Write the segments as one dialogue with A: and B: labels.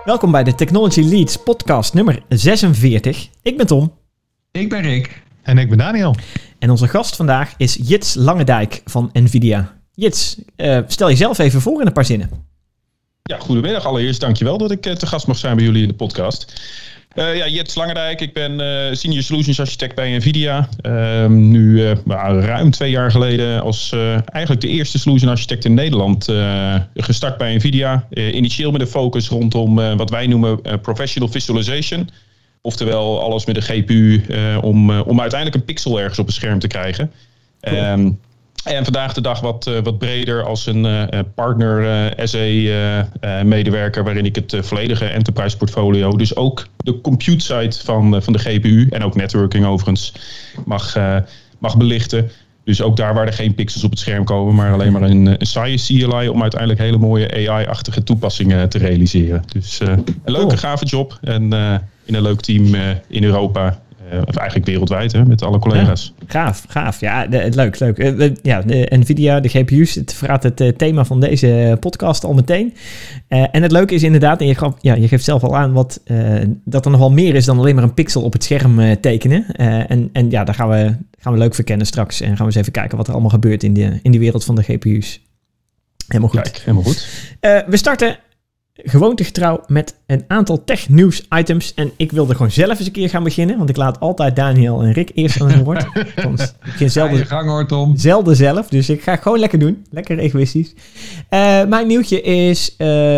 A: Welkom bij de Technology Leads podcast nummer 46. Ik ben Tom.
B: Ik ben Rick.
C: En ik ben Daniel.
A: En onze gast vandaag is Jits Langendijk van NVIDIA. Jits, stel jezelf even voor in een paar zinnen.
D: Ja, goedemiddag. Allereerst dankjewel dat ik te gast mag zijn bij jullie in de podcast. Jits Langendijk, ik ben Senior Solutions Architect bij NVIDIA. Nu ruim 2 jaar geleden als eigenlijk de eerste Solution Architect in Nederland gestart bij NVIDIA. Initieel met een focus rondom wat wij noemen Professional Visualization. Oftewel alles met een GPU om uiteindelijk een pixel ergens op een scherm te krijgen. Cool. En vandaag de dag wat breder als een partner SE-medewerker... waarin ik het volledige enterprise portfolio... dus ook de compute side van de GPU... en ook networking overigens mag belichten. Dus ook daar waar er geen pixels op het scherm komen... maar alleen maar een saaie CLI... om uiteindelijk hele mooie AI-achtige toepassingen te realiseren. Dus een leuke, gave job. En in een leuk team in Europa... of eigenlijk wereldwijd, hè, met alle collega's.
A: Ja, gaaf. Ja, leuk. De NVIDIA, de GPU's, het verraadt het thema van deze podcast al meteen. En het leuke is inderdaad, en je geeft zelf al aan, dat er nog wel meer is dan alleen maar een pixel op het scherm tekenen. En daar gaan we leuk verkennen straks. En gaan we eens even kijken wat er allemaal gebeurt in die wereld van de GPU's. Helemaal goed.
D: Kijk, helemaal goed.
A: We starten gewoontegetrouw met een aantal tech-nieuws items. En ik wilde gewoon zelf eens een keer gaan beginnen. Want ik laat altijd Daniel en Rick eerst aan het woord. Ik begin zelden,
B: je gang hoor, Tom.
A: Zelden zelf. Dus ik ga het gewoon lekker doen. Lekker egoïstisch. Mijn nieuwtje is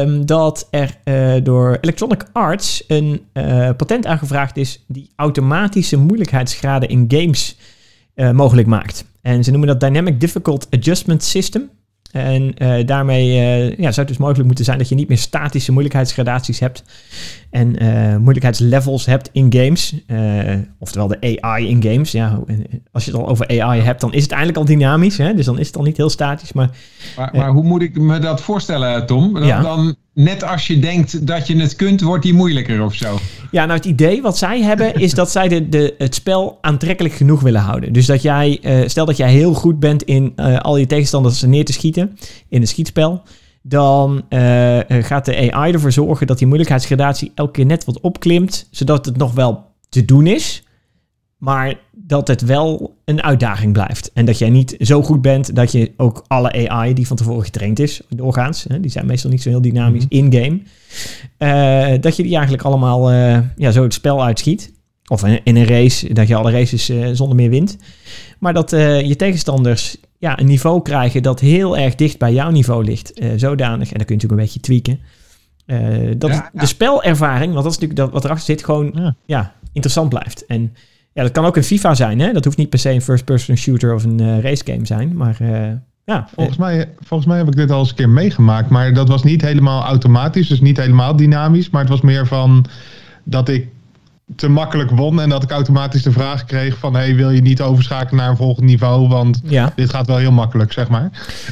A: dat er door Electronic Arts een patent aangevraagd is... die automatische moeilijkheidsgraden in games mogelijk maakt. En ze noemen dat Dynamic Difficult Adjustment System... En daarmee zou het dus mogelijk moeten zijn dat je niet meer statische moeilijkheidsgradaties hebt en moeilijkheidslevels hebt in games. Oftewel de AI in games. Ja, als je het al over AI hebt, dan is het eigenlijk al dynamisch. Hè? Dus dan is het al niet heel statisch. Maar
B: hoe moet ik me dat voorstellen, Tom? Dan net als je denkt dat je het kunt, wordt die moeilijker of zo? Ja,
A: nou het idee wat zij hebben is dat zij het spel aantrekkelijk genoeg willen houden. Dus dat jij, stel dat jij heel goed bent in al je tegenstanders neer te schieten in een schietspel. Dan gaat de AI ervoor zorgen dat die moeilijkheidsgradatie elke keer net wat opklimt. Zodat het nog wel te doen is. Maar dat het wel een uitdaging blijft. En dat jij niet zo goed bent dat je ook alle AI die van tevoren getraind is, doorgaans, die zijn meestal niet zo heel dynamisch in-game, dat je die eigenlijk allemaal zo het spel uitschiet. Of in een race, dat je alle races zonder meer wint. Maar dat je tegenstanders een niveau krijgen dat heel erg dicht bij jouw niveau ligt. Zodanig, en dan kun je natuurlijk een beetje tweaken. De spelervaring, want dat is natuurlijk wat erachter zit, gewoon interessant blijft. En ja, dat kan ook een FIFA zijn, hè? Dat hoeft niet per se een first-person shooter of een racegame zijn, maar
C: Volgens mij heb ik dit al eens een keer meegemaakt, maar dat was niet helemaal automatisch, dus niet helemaal dynamisch, maar het was meer van dat ik te makkelijk won en dat ik automatisch de vraag kreeg van wil je niet overschakelen naar een volgend niveau, want dit gaat wel heel makkelijk, zeg maar.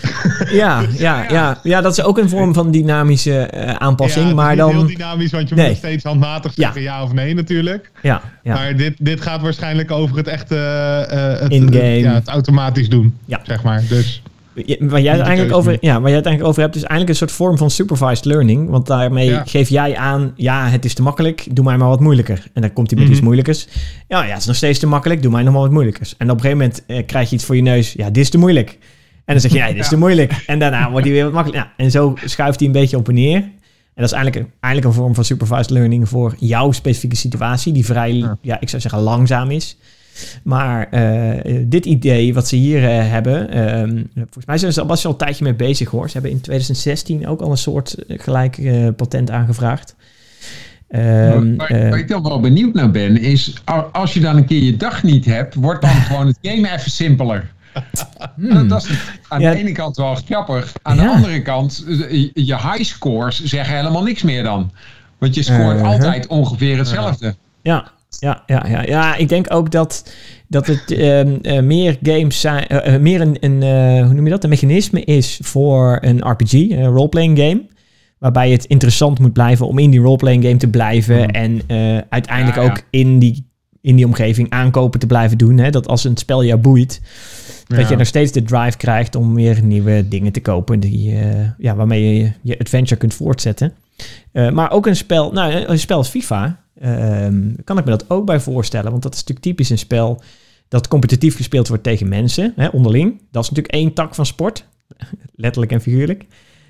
A: Ja, dat is ook een vorm van dynamische aanpassing.
C: Ja,
A: maar
C: dan
A: heel
C: dynamisch, want je moet steeds handmatig zeggen ja of nee natuurlijk. Ja. Maar dit gaat waarschijnlijk over het echte het automatisch doen, zeg maar. Dus
A: waar jij het eigenlijk over hebt, is eigenlijk een soort vorm van supervised learning. Want daarmee geef jij aan, het is te makkelijk, doe mij maar wat moeilijker. En dan komt hij met iets moeilijkers. Ja, het is nog steeds te makkelijk, doe mij nog maar wat moeilijkers. En op een gegeven moment krijg je iets voor je neus, dit is te moeilijk. En dan zeg je, dit is te moeilijk. En daarna wordt hij weer wat makkelijker. Ja, en zo schuift hij een beetje op en neer. En dat is eigenlijk een vorm van supervised learning voor jouw specifieke situatie, die vrij, ik zou zeggen, langzaam is. Maar dit idee wat ze hier hebben, volgens mij zijn ze al best wel een tijdje mee bezig hoor. Ze hebben in 2016 ook al een soort gelijk patent aangevraagd.
B: Waar ik dan wel benieuwd naar ben, is als je dan een keer je dag niet hebt, wordt dan gewoon het game even simpeler. Dat is aan de ene kant wel grappig. Aan de andere kant, je high scores zeggen helemaal niks meer dan. Want je scoort altijd ongeveer hetzelfde.
A: Ja, ik denk ook dat het meer games zijn, meer hoe noem je dat? Een mechanisme is voor een RPG, een roleplaying game. Waarbij het interessant moet blijven om in die roleplaying game te blijven. En uiteindelijk ook in die in die omgeving aankopen te blijven doen. Hè? Dat als een spel jou boeit, dat je nog steeds de drive krijgt om weer nieuwe dingen te kopen waarmee je je adventure kunt voortzetten. Maar ook een spel als FIFA, kan ik me dat ook bij voorstellen. Want dat is natuurlijk typisch een spel dat competitief gespeeld wordt tegen mensen, hè, onderling. Dat is natuurlijk één tak van sport, letterlijk en figuurlijk.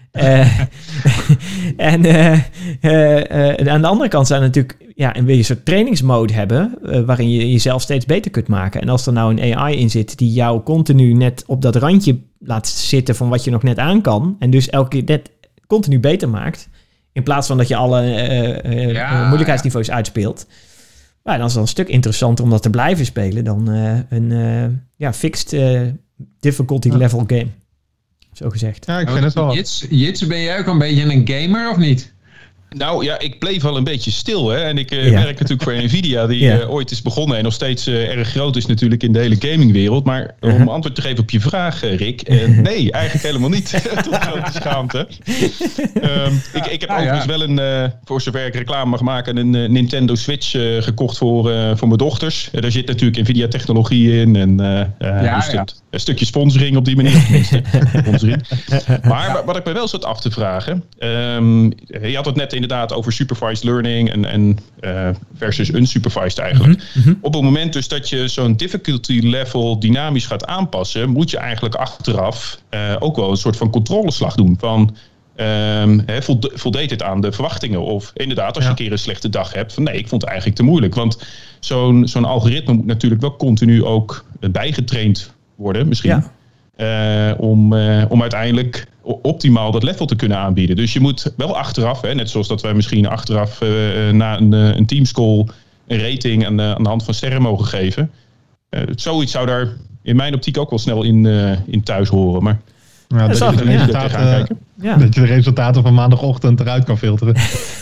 A: En aan de andere kant zou natuurlijk wil je een soort trainingsmode hebben waarin je jezelf steeds beter kunt maken. En als er nou een AI in zit die jou continu net op dat randje laat zitten van wat je nog net aan kan en dus elke keer net continu beter maakt, in plaats van dat je alle moeilijkheidsniveaus uitspeelt. Maar dan is het een stuk interessanter om dat te blijven spelen dan een fixed difficulty level game. Zo gezegd.
C: Ja, ik vind het wel.
B: Jits, ben jij ook een beetje een gamer of niet?
D: Nou ja, ik bleef wel een beetje stil. Hè? En ik werk natuurlijk voor Nvidia, die ooit is begonnen en nog steeds erg groot is natuurlijk in de hele gamingwereld. Maar om antwoord te geven op je vraag, Rick, nee, eigenlijk helemaal niet. Tot grote schaamte. Ik heb overigens wel voor zover ik reclame mag maken, een Nintendo Switch gekocht voor mijn dochters. Daar zit natuurlijk Nvidia technologie in en een stukje sponsoring op die manier. Sponsoring. Maar wat ik me wel zat af te vragen, je had het net inderdaad over supervised learning en versus unsupervised eigenlijk. Mm-hmm. Op het moment dus dat je zo'n difficulty level dynamisch gaat aanpassen, moet je eigenlijk achteraf ook wel een soort van controleslag doen van voldeed dit aan de verwachtingen? Of inderdaad, als je een keer een slechte dag hebt, van nee, ik vond het eigenlijk te moeilijk. Want zo'n algoritme moet natuurlijk wel continu ook bijgetraind worden, misschien. Ja. Om uiteindelijk optimaal dat level te kunnen aanbieden. Dus je moet wel achteraf, net zoals dat wij misschien achteraf na een teamscall een rating aan de hand van sterren mogen geven. Zoiets zou daar in mijn optiek ook wel snel in thuis horen. Maar
C: dat je de resultaten van maandagochtend eruit kan filteren.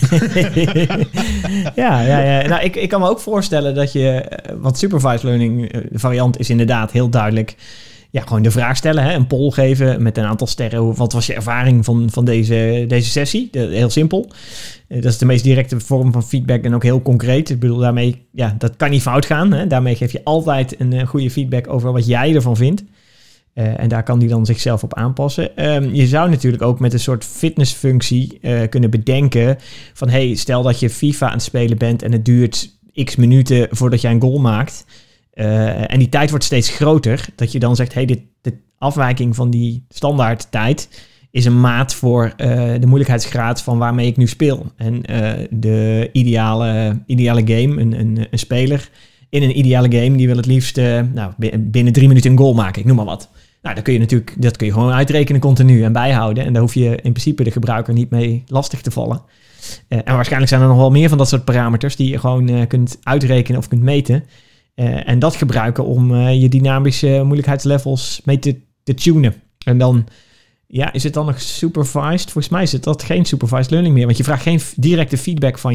A: Ja. Nou, ik kan me ook voorstellen dat want supervised learning variant is inderdaad heel duidelijk. Ja, gewoon de vraag stellen, hè? Een poll geven met een aantal sterren. Wat was je ervaring van deze sessie? Heel simpel. Dat is de meest directe vorm van feedback en ook heel concreet. Ik bedoel, daarmee, dat kan niet fout gaan. Hè? Daarmee geef je altijd een goede feedback over wat jij ervan vindt. En daar kan die dan zichzelf op aanpassen. Je zou natuurlijk ook met een soort fitnessfunctie kunnen bedenken van, hey, stel dat je FIFA aan het spelen bent en het duurt x minuten voordat jij een goal maakt. En die tijd wordt steeds groter. Dat je dan zegt, hey, de afwijking van die standaard tijd is een maat voor de moeilijkheidsgraad van waarmee ik nu speel. En de ideale game, een speler in een ideale game, die wil het liefst binnen 3 minuten een goal maken. Ik noem maar wat. Nou, dat kun je gewoon uitrekenen continu en bijhouden. En daar hoef je in principe de gebruiker niet mee lastig te vallen. En waarschijnlijk zijn er nog wel meer van dat soort parameters die je gewoon kunt uitrekenen of kunt meten. En dat gebruiken om je dynamische moeilijkheidslevels mee te tunen. En dan, is het dan nog supervised? Volgens mij is dat geen supervised learning meer. Want je vraagt geen directe feedback van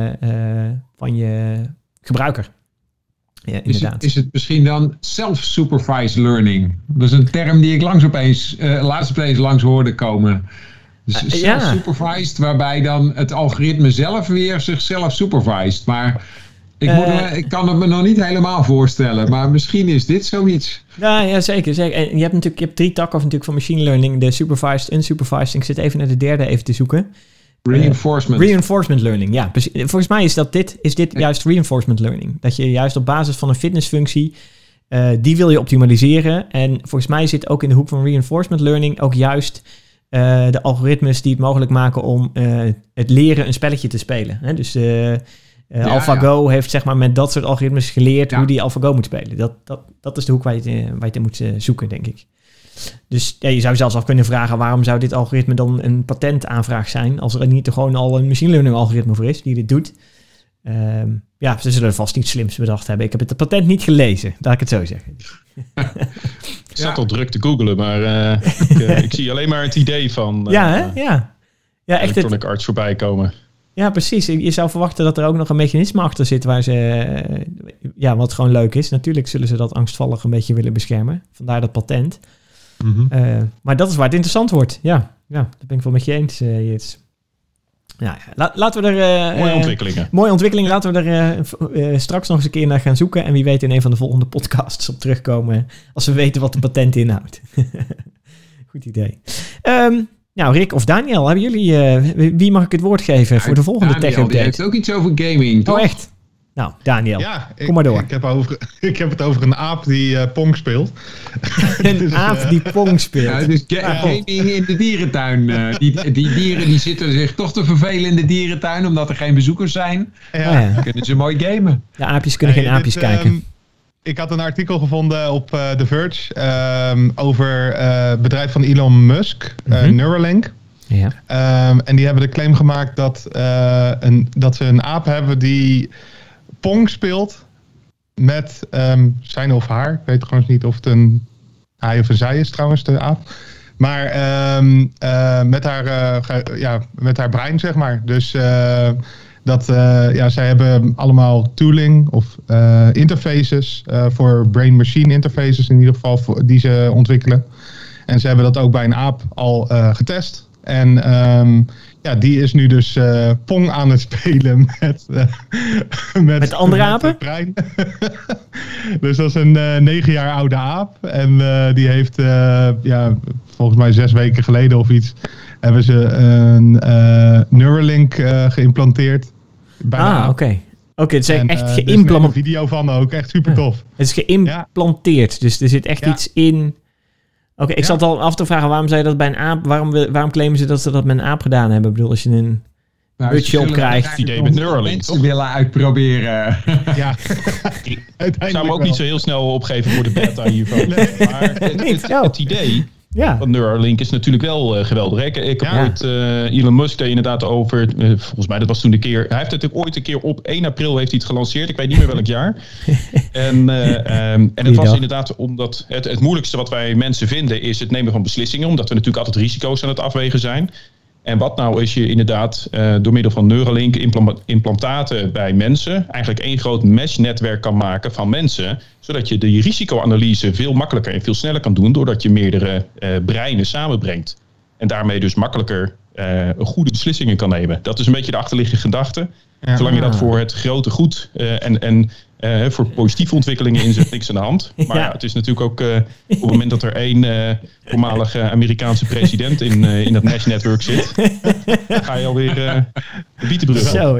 A: je gebruiker. Ja, inderdaad.
B: Is het misschien dan self-supervised learning? Dat is een term die ik laatst opeens langs hoorde komen. Dus self-supervised, waarbij dan het algoritme zelf weer zichzelf supervised. Maar ik kan het me nog niet helemaal voorstellen, maar misschien is dit zoiets.
A: Ja, zeker. En je hebt 3 takken natuurlijk van machine learning. De supervised, unsupervised. Ik zit even naar de derde te zoeken. Reinforcement learning, ja. Volgens mij is dit juist reinforcement learning. Dat je juist op basis van een fitnessfunctie, die wil je optimaliseren. En volgens mij zit ook in de hoek van reinforcement learning ook juist de algoritmes die het mogelijk maken om het leren een spelletje te spelen. Hè? Dus AlphaGo heeft zeg maar met dat soort algoritmes geleerd hoe die AlphaGo moet spelen. Dat is de hoek waar je het in moet zoeken, denk ik. Dus je zou zelfs af kunnen vragen, waarom zou dit algoritme dan een patentaanvraag zijn, als er niet gewoon al een machine learning algoritme voor is die dit doet. Ze zullen vast iets slims bedacht hebben. Ik heb het patent niet gelezen, laat ik het zo zeggen.
D: Ik zat al druk te googlen, maar ik zie alleen maar het idee van Electronic Arts voorbij komen.
A: Ja, precies. Je zou verwachten dat er ook nog een mechanisme achter zit waar ze, wat gewoon leuk is. Natuurlijk zullen ze dat angstvallig een beetje willen beschermen. Vandaar dat patent. Mm-hmm. Maar dat is waar het interessant wordt. Ja, dat ben ik wel met je eens, Jits. Ja, laten we er...
D: mooie ontwikkelingen.
A: Mooie ontwikkeling. Laten we er straks nog eens een keer naar gaan zoeken. En wie weet in een van de volgende podcasts op terugkomen. Als we weten wat de patent inhoudt. Goed idee. Nou, Rick of Daniel, hebben jullie... wie mag ik het woord geven voor de volgende tech-update?
B: Die heeft ook iets over gaming, toch?
A: Oh, echt? Nou, Daniel, kom maar door.
C: Ik heb het over een aap die Pong speelt.
A: Een aap die Pong speelt.
B: Ja, dus gaming in de dierentuin. Die dieren die zitten zich toch te vervelen in de dierentuin, omdat er geen bezoekers zijn.
C: Ja.
B: Dan kunnen ze mooi gamen.
A: De aapjes kunnen geen aapjes kijken.
C: Ik had een artikel gevonden op The Verge over het bedrijf van Elon Musk, Neuralink.
A: Ja.
C: En die hebben de claim gemaakt dat ze een aap hebben die Pong speelt met zijn of haar. Ik weet trouwens niet of het een hij of een zij is trouwens, de aap. Maar met haar brein, zeg maar. Dus zij hebben allemaal tooling of interfaces voor brain-machine interfaces in ieder geval die ze ontwikkelen. En ze hebben dat ook bij een aap al getest. En die is nu dus Pong aan het spelen met
A: andere apen?
C: Het brein. Dus dat is een 9 jaar oude aap. En die heeft volgens mij 6 weken geleden of iets hebben ze een Neuralink geïmplanteerd.
A: Oké. Oké, het is echt geïmplanteerd.
C: Er is een video van ook, echt super tof.
A: Het is geïmplanteerd, dus er zit echt iets in. Oké, ik zat al af te vragen, waarom zei je dat bij een aap? Waarom claimen ze dat dat met een aap gedaan hebben? Ik bedoel, als je een budget opkrijgt.
D: Het idee met Neuralink,
B: mensen willen uitproberen.
C: Ja.
D: Ik zou me ook niet zo heel snel opgeven voor de beta hiervan. Nee. Maar het idee van Neuralink is natuurlijk wel geweldig. Ik heb ooit Elon Musk er inderdaad over. Volgens mij, dat was toen de keer. Hij heeft het ooit een keer op 1 april heeft hij het gelanceerd. Ik weet niet meer welk jaar. En het was inderdaad omdat het moeilijkste wat wij mensen vinden is het nemen van beslissingen. Omdat we natuurlijk altijd risico's aan het afwegen zijn. En wat nou als je inderdaad door middel van Neuralink implantaten bij mensen eigenlijk één groot mesh-netwerk kan maken van mensen, zodat je die risicoanalyse veel makkelijker en veel sneller kan doen doordat je meerdere breinen samenbrengt. En daarmee dus makkelijker goede beslissingen kan nemen. Dat is een beetje de achterliggende gedachte. Ja. Zolang je dat voor het grote goed en voor positieve ontwikkelingen inzet, niks aan de hand. Maar het is natuurlijk ook op het moment dat er één voormalige Amerikaanse president in dat mesh-netwerk zit, ga je alweer de bietenbrug.
A: Zo,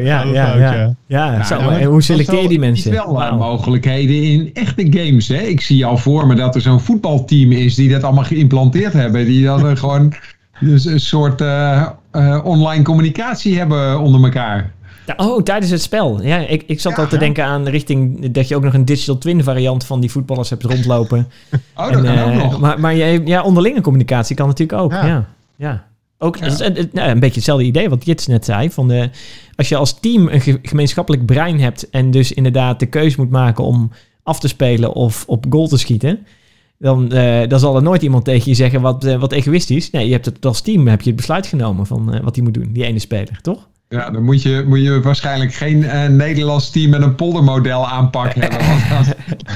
A: hoe selecteer je die mensen?
B: Er zijn wel mogelijkheden in echte games. Hè? Ik zie al voor me dat er zo'n voetbalteam is die dat allemaal geïmplanteerd hebben. Die dan gewoon een soort online communicatie hebben onder elkaar.
A: Tijdens het spel. Ja, ik zat al te denken aan richting dat je ook nog een digital twin variant van die voetballers hebt rondlopen.
B: Dat kan ook nog.
A: Maar onderlinge communicatie kan natuurlijk ook. Ook een beetje hetzelfde idee wat Jits net zei. Als je als team een gemeenschappelijk brein hebt en dus inderdaad de keus moet maken om af te spelen of op goal te schieten, dan zal er nooit iemand tegen je zeggen wat egoïstisch. Nee, je hebt het als team heb je het besluit genomen van wat hij moet doen, die ene speler, toch?
B: Ja, dan moet je waarschijnlijk geen Nederlands team met een poldermodel aanpak hebben. Want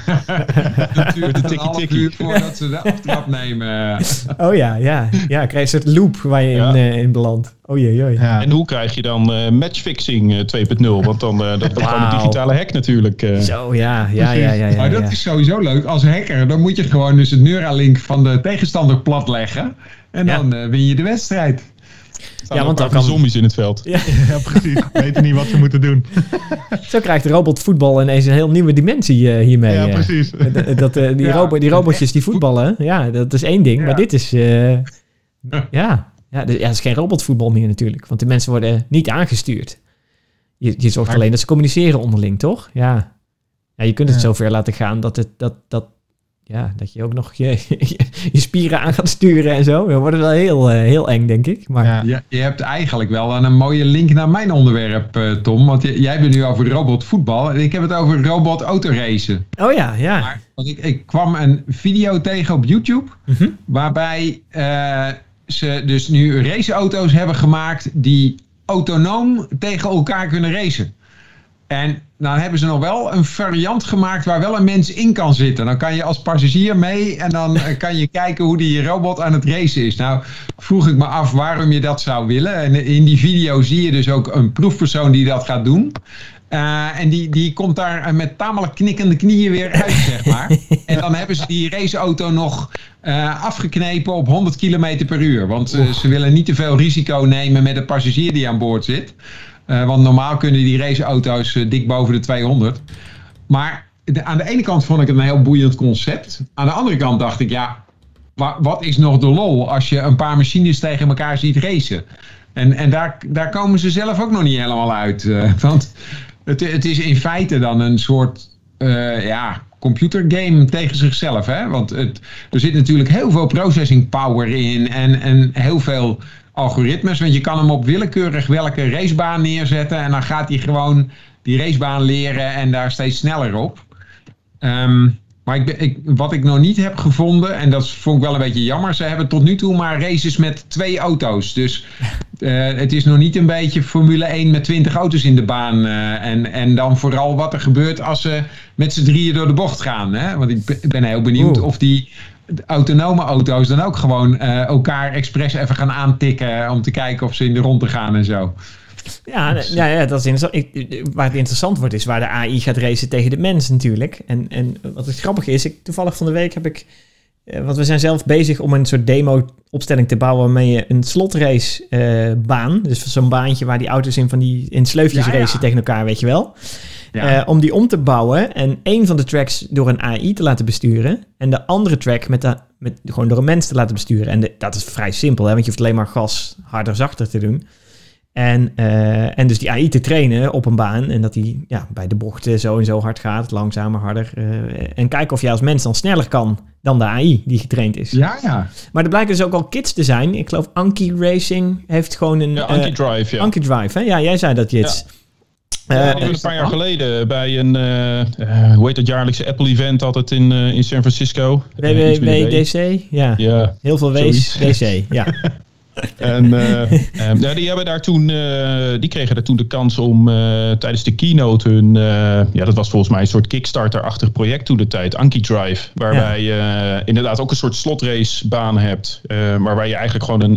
B: dat duurt een half uur voordat ze de aftrap nemen.
A: Oh ja, krijg je een soort loop waar je in belandt. Oei.
D: Ja. En hoe krijg je dan matchfixing 2.0? Want dan dat kan een digitale hack natuurlijk.
A: Zo, ja.
B: Maar dat is sowieso leuk. Als hacker, dan moet je gewoon dus het Neuralink van de tegenstander platleggen. En dan win je de wedstrijd.
D: Want dan kan zombies in het veld.
C: Ja, precies. Weten niet wat ze moeten doen.
A: Zo krijgt robotvoetbal ineens een heel nieuwe dimensie hiermee.
C: Ja, precies.
A: Die robotjes die voetballen, dat is één ding. Ja. Maar dit is... het is geen robotvoetbal meer natuurlijk. Want de mensen worden niet aangestuurd. Je zorgt alleen dat ze communiceren onderling, toch? Ja, je kunt het zover laten gaan dat je ook nog je spieren aan gaat sturen en zo. Dan wordt het wel heel eng, denk ik. Maar...
B: Ja, je hebt eigenlijk wel een mooie link naar mijn onderwerp, Tom. Want jij bent nu over robotvoetbal. En ik heb het over robot-autoracen.
A: Oh ja.
B: Maar, want ik kwam een video tegen op YouTube. Mm-hmm. Waarbij ze dus nu raceauto's hebben gemaakt die autonoom tegen elkaar kunnen racen. En Nou hebben ze nog wel een variant gemaakt waar wel een mens in kan zitten. Dan kan je als passagier mee en dan kan je kijken hoe die robot aan het racen is. Nou vroeg ik me af waarom je dat zou willen. En in die video zie je dus ook een proefpersoon die dat gaat doen. En die komt daar met tamelijk knikkende knieën weer uit, zeg maar. En dan hebben ze die raceauto nog afgeknepen op 100 km per uur. Want ze willen niet te veel risico nemen met de passagier die aan boord zit. Want normaal kunnen die raceauto's dik boven de 200. Maar aan de ene kant vond ik het een heel boeiend concept. Aan de andere kant dacht ik, ja, wat is nog de lol als je een paar machines tegen elkaar ziet racen? En daar komen ze zelf ook nog niet helemaal uit. Want het is in feite dan een soort computergame tegen zichzelf. Hè? Want er zit natuurlijk heel veel processing power in en heel veel algoritmes. Want je kan hem op willekeurig welke racebaan neerzetten en dan gaat hij gewoon die racebaan leren en daar steeds sneller op. Maar wat ik nog niet heb gevonden, en dat vond ik wel een beetje jammer, ze hebben tot nu toe maar races met 2 auto's. Dus het is nog niet een beetje Formule 1 met 20 auto's in de baan. En dan vooral wat er gebeurt als ze met z'n drieën door de bocht gaan. Hè? Want ik ben heel benieuwd of die autonome auto's dan ook gewoon elkaar expres even gaan aantikken om te kijken of ze in de ronde gaan en zo.
A: Ja, dat is interessant. Waar het interessant wordt is waar de AI gaat racen tegen de mens natuurlijk. En wat het grappig is, toevallig van de week heb ik... want we zijn zelf bezig om een soort demo-opstelling te bouwen waarmee je een slotrace baan, dus zo'n baantje waar die auto's in sleufjes racen tegen elkaar, weet je wel. Ja. Om die om te bouwen en één van de tracks door een AI te laten besturen en de andere track gewoon door een mens te laten besturen. En dat is vrij simpel, hè, want je hoeft alleen maar gas harder, zachter te doen. En dus die AI te trainen op een baan en dat die bij de bochten zo en zo hard gaat, langzamer, harder. En kijken of je als mens dan sneller kan dan de AI die getraind is.
B: Ja.
A: Maar er blijken dus ook al kits te zijn. Ik geloof Anki Racing heeft gewoon een...
D: Anki Drive, ja.
A: Anki Drive, hè? Ja, jij zei dat, Jits.
D: Ja. Een paar jaar geleden bij een, hoe heet het jaarlijkse Apple-event altijd in San Francisco.
A: WWDC, ja. Heel veel WC, ja.
D: En die hebben daar toen, die kregen daar toen de kans om tijdens de keynote hun, dat was volgens mij een soort Kickstarter-achtig project toen de tijd, Anki Drive, waarbij je inderdaad ook een soort slotracebaan hebt, maar waar je eigenlijk gewoon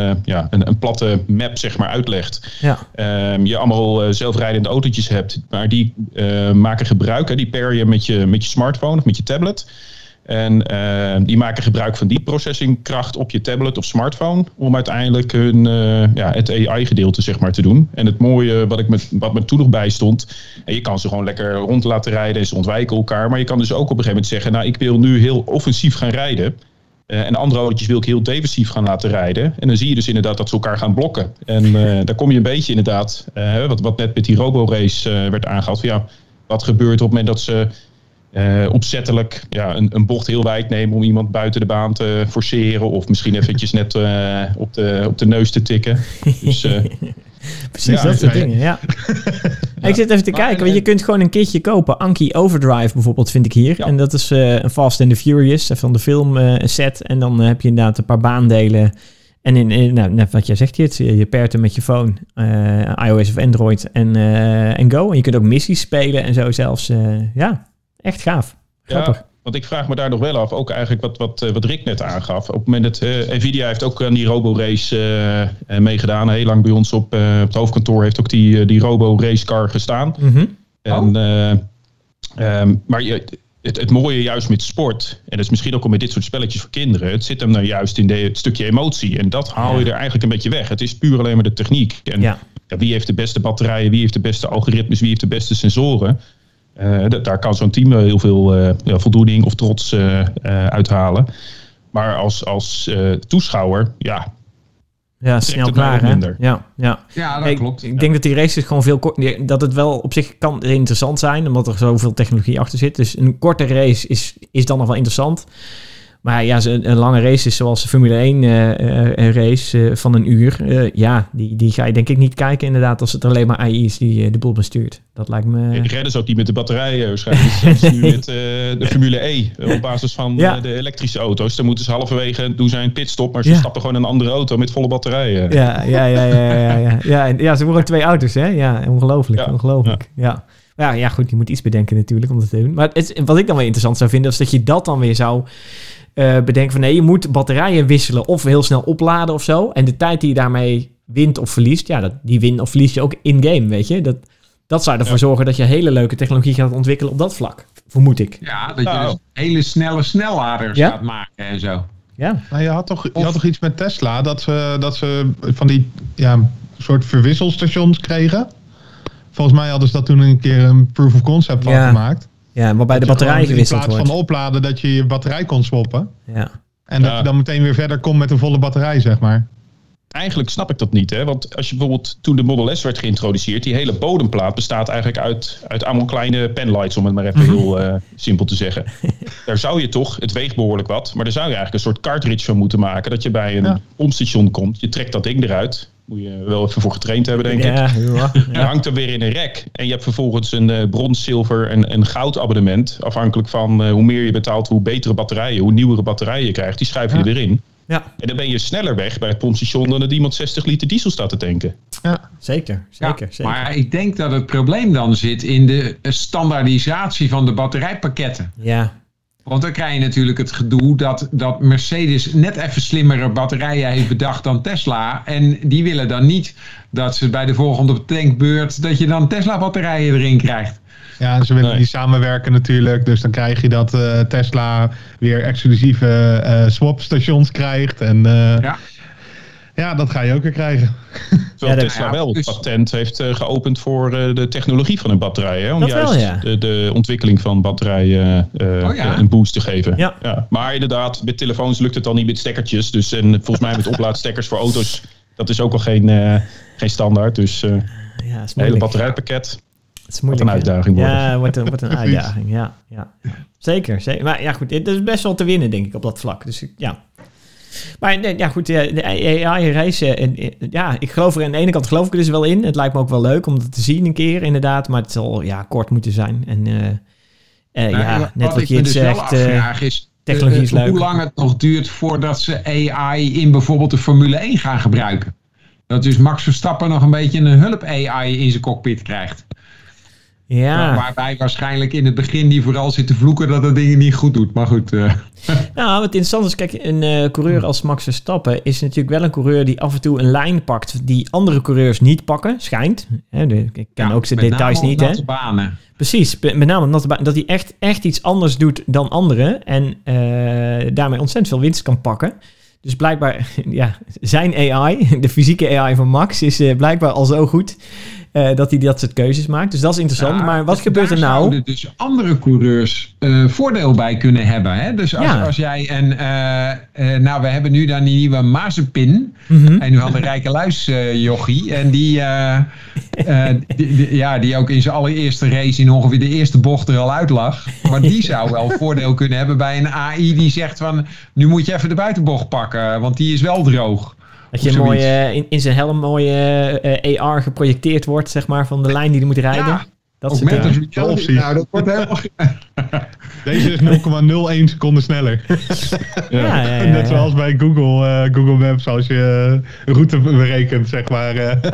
D: een platte map zeg maar uitlegt. Ja. Je allemaal zelfrijdende autootjes hebt, maar die maken gebruik, die pair je met je smartphone of met je tablet. En die maken gebruik van die processingkracht op je tablet of smartphone om uiteindelijk het AI-gedeelte zeg maar te doen. En het mooie wat me toen nog bij stond, en je kan ze gewoon lekker rond laten rijden en ze ontwijken elkaar. Maar je kan dus ook op een gegeven moment zeggen, nou ik wil nu heel offensief gaan rijden. En andere autootjes wil ik heel defensief gaan laten rijden. En dan zie je dus inderdaad dat ze elkaar gaan blokken. En daar kom je een beetje inderdaad, wat net met die roborace werd aangehaald. Wat gebeurt op het moment dat ze opzettelijk een bocht heel wijd nemen om iemand buiten de baan te forceren. Of misschien eventjes net op de neus te tikken. Dus,
A: precies, dat soort dingen, ja. Ik zit even te kijken, want je kunt gewoon een kitje kopen. Anki Overdrive bijvoorbeeld vind ik hier. Ja. En dat is een Fast and the Furious van de film set. En dan heb je inderdaad een paar baandelen. En net wat jij zegt, je pairt hem met je phone, iOS of Android en go. En je kunt ook missies spelen en zo zelfs. Echt gaaf. Grappig.
D: Ja, want ik vraag me daar nog wel af, ook eigenlijk wat Rick net aangaf. Op het moment dat Nvidia heeft ook aan die roborace meegedaan. Heel lang bij ons op het hoofdkantoor heeft ook die robo-racecar gestaan. Mm-hmm. Maar het mooie juist met sport, en dat is misschien ook al met dit soort spelletjes voor kinderen, het zit hem nou juist in het stukje emotie. En dat haal je er eigenlijk een beetje weg. Het is puur alleen maar de techniek. En wie heeft de beste batterijen, wie heeft de beste algoritmes, wie heeft de beste sensoren. Daar kan zo'n team heel veel voldoening of trots uithalen. Maar als toeschouwer,
A: snel klaar, hè? Ja,
B: dat klopt.
A: Ik denk dat die races gewoon veel korter... Dat het wel op zich kan interessant zijn, omdat er zoveel technologie achter zit. Dus een korte race is dan nog wel interessant. Maar een lange race is zoals de Formule 1 race van een uur. Die ga je denk ik niet kijken inderdaad als het alleen maar AI is die de boel bestuurt. Dat lijkt me...
D: Die redden ze ook niet met de batterijen waarschijnlijk. Zelfs nu met de Formule E op basis van de elektrische auto's. Dan moeten ze halverwege doen zij een pitstop, maar ze stappen gewoon in een andere auto met volle batterijen.
A: Ja, ze worden 2 auto's, hè? Ja, ongelooflijk. Ja. Ja, goed, je moet iets bedenken natuurlijk om dat te doen. Maar wat ik dan wel interessant zou vinden, is dat je dat dan weer zou bedenken van... nee, je moet batterijen wisselen of heel snel opladen of zo. En de tijd die je daarmee wint of verliest... die win of verlies je ook in-game, weet je. Dat zou ervoor zorgen dat je hele leuke technologie gaat ontwikkelen op dat vlak. Vermoed ik.
B: Ja, dat je dus hele snelle snelladers gaat maken en zo.
A: Ja.
C: Nou, je had toch iets met Tesla, dat ze van die soort verwisselstations kregen. Volgens mij hadden ze dat toen een keer een proof of concept van gemaakt. Ja,
A: waarbij de batterij gewisseld wordt.
C: In plaats van opladen, dat je batterij kon swappen.
A: Ja.
C: En dat je dan meteen weer verder komt met een volle batterij, zeg maar.
D: Eigenlijk snap ik dat niet, hè? Want als je bijvoorbeeld toen de Model S werd geïntroduceerd, die hele bodemplaat bestaat eigenlijk uit allemaal kleine penlights, om het maar even heel simpel te zeggen. Daar zou je toch, het weegt behoorlijk wat, maar daar zou je eigenlijk een soort cartridge van moeten maken, dat je bij een pompstation komt, je trekt dat ding eruit, moet je wel even voor getraind hebben, denk ik. Je hangt er weer in een rek en je hebt vervolgens een brons, zilver en een goud abonnement, afhankelijk van hoe meer je betaalt, hoe betere batterijen, hoe nieuwere batterijen je krijgt, die schuif je er weer in. Ja. En dan ben je sneller weg bij het pompstation dan dat iemand 60 liter diesel staat te tanken.
A: Ja, zeker.
B: Maar ik denk dat het probleem dan zit in de standaardisatie van de batterijpakketten.
A: Ja.
B: Want dan krijg je natuurlijk het gedoe dat Mercedes net even slimmere batterijen heeft bedacht dan Tesla. En die willen dan niet dat ze bij de volgende tankbeurt dat je dan Tesla batterijen erin krijgt.
C: Ja, ze willen niet samenwerken natuurlijk. Dus dan krijg je dat Tesla weer exclusieve swapstations krijgt. En dat ga je ook weer krijgen.
D: Terwijl Tesla wel het patent heeft geopend voor de technologie van een batterij. Hè? Om dat juist de ontwikkeling van batterijen een boost te geven. Ja. Ja. Maar inderdaad, met telefoons lukt het al niet met stekkertjes. Dus, en volgens mij met oplaadstekkers voor auto's, dat is ook al geen standaard. Dus het hele batterijpakket...
A: Het is moeilijk,
D: wat een uitdaging worden.
A: Ja, wordt een uitdaging. Ja. Zeker. Maar ja, goed, het is best wel te winnen, denk ik, op dat vlak. Dus ja. Maar de AI-race, ik geloof er aan de ene kant geloof ik er dus wel in. Het lijkt me ook wel leuk om dat te zien een keer, inderdaad. Maar het zal kort moeten zijn. En net wat je het zegt, technologie is leuk.
B: Hoe lang het nog duurt voordat ze AI in bijvoorbeeld de Formule 1 gaan gebruiken. Dat dus Max Verstappen nog een beetje een hulp-AI in zijn cockpit krijgt.
A: Ja.
B: Waarbij waarschijnlijk in het begin die vooral zit te vloeken dat dat dingen niet goed doet. Maar goed.
A: Nou, wat interessant is, kijk, een coureur als Max Verstappen is natuurlijk wel een coureur die af en toe een lijn pakt die andere coureurs niet pakken, schijnt. Ik ken ook zijn details niet. Natte
B: banen.
A: Precies, met name op natte banen. Dat hij echt iets anders doet dan anderen en daarmee ontzettend veel winst kan pakken. Dus blijkbaar, zijn AI, de fysieke AI van Max, is blijkbaar al zo goed dat hij dat soort keuzes maakt. Dus dat is interessant. Maar wat gebeurt er nou?
B: Daar zouden dus andere coureurs voordeel bij kunnen hebben. Hè? Dus als jij we hebben nu dan die nieuwe Mazepin. Mm-hmm. En nu had een rijke luis jochie. En die ook in zijn allereerste race in ongeveer de eerste bocht er al uit lag. Maar die zou wel voordeel kunnen hebben bij een AI die zegt van, nu moet je even de buitenbocht pakken, want die is wel droog.
A: Dat je mooi in zijn helm mooie AR geprojecteerd wordt, zeg maar, van de lijn die hij moet rijden. Ja,
B: dat ook met een optie. Nou, dat wordt helemaal...
C: Deze is 0,01 seconden sneller. Net zoals bij Google Maps, als je route berekent, zeg maar.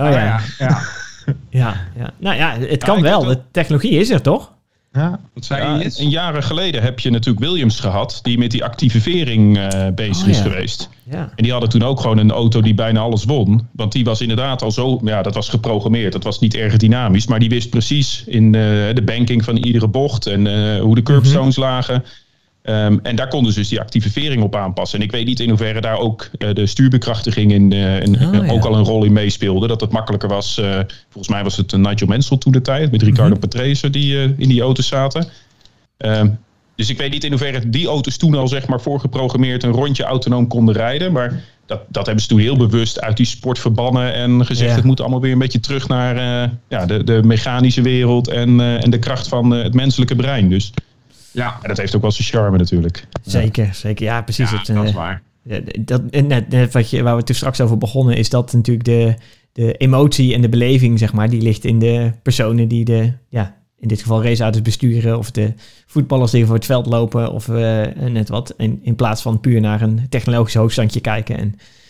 A: Nou ja, het kan wel. De technologie is er, toch?
C: Ja.
B: Wat zei je?
D: En jaren geleden heb je natuurlijk Williams gehad, die met die activering bezig is geweest. Ja. En die hadden toen ook gewoon een auto die bijna alles won. Want die was inderdaad al zo, dat was geprogrammeerd. Dat was niet erg dynamisch, maar die wist precies in de banking van iedere bocht en hoe de curbstones lagen. En daar konden ze dus die activering op aanpassen. En ik weet niet in hoeverre daar ook de stuurbekrachtiging ook al een rol in meespeelde. Dat het makkelijker was. Volgens mij was het Nigel Mansell toen de tijd. Met Riccardo Patrese die in die auto's zaten. Dus ik weet niet in hoeverre die auto's toen al zeg maar voorgeprogrammeerd een rondje autonoom konden rijden. Maar dat hebben ze toen heel bewust uit die sport verbannen. En gezegd het moet allemaal weer een beetje terug naar de mechanische wereld. En de kracht van het menselijke brein. Dus... Ja, en dat heeft ook wel zijn charme natuurlijk.
A: Zeker. Ja, precies.
B: Ja, dat is waar.
A: Net waar we toen straks over begonnen, is dat natuurlijk de emotie en de beleving, zeg maar, die ligt in de personen die in dit geval raceauto's besturen of de voetballers die voor het veld lopen of net wat. In plaats van puur naar een technologisch hoogstandje kijken. En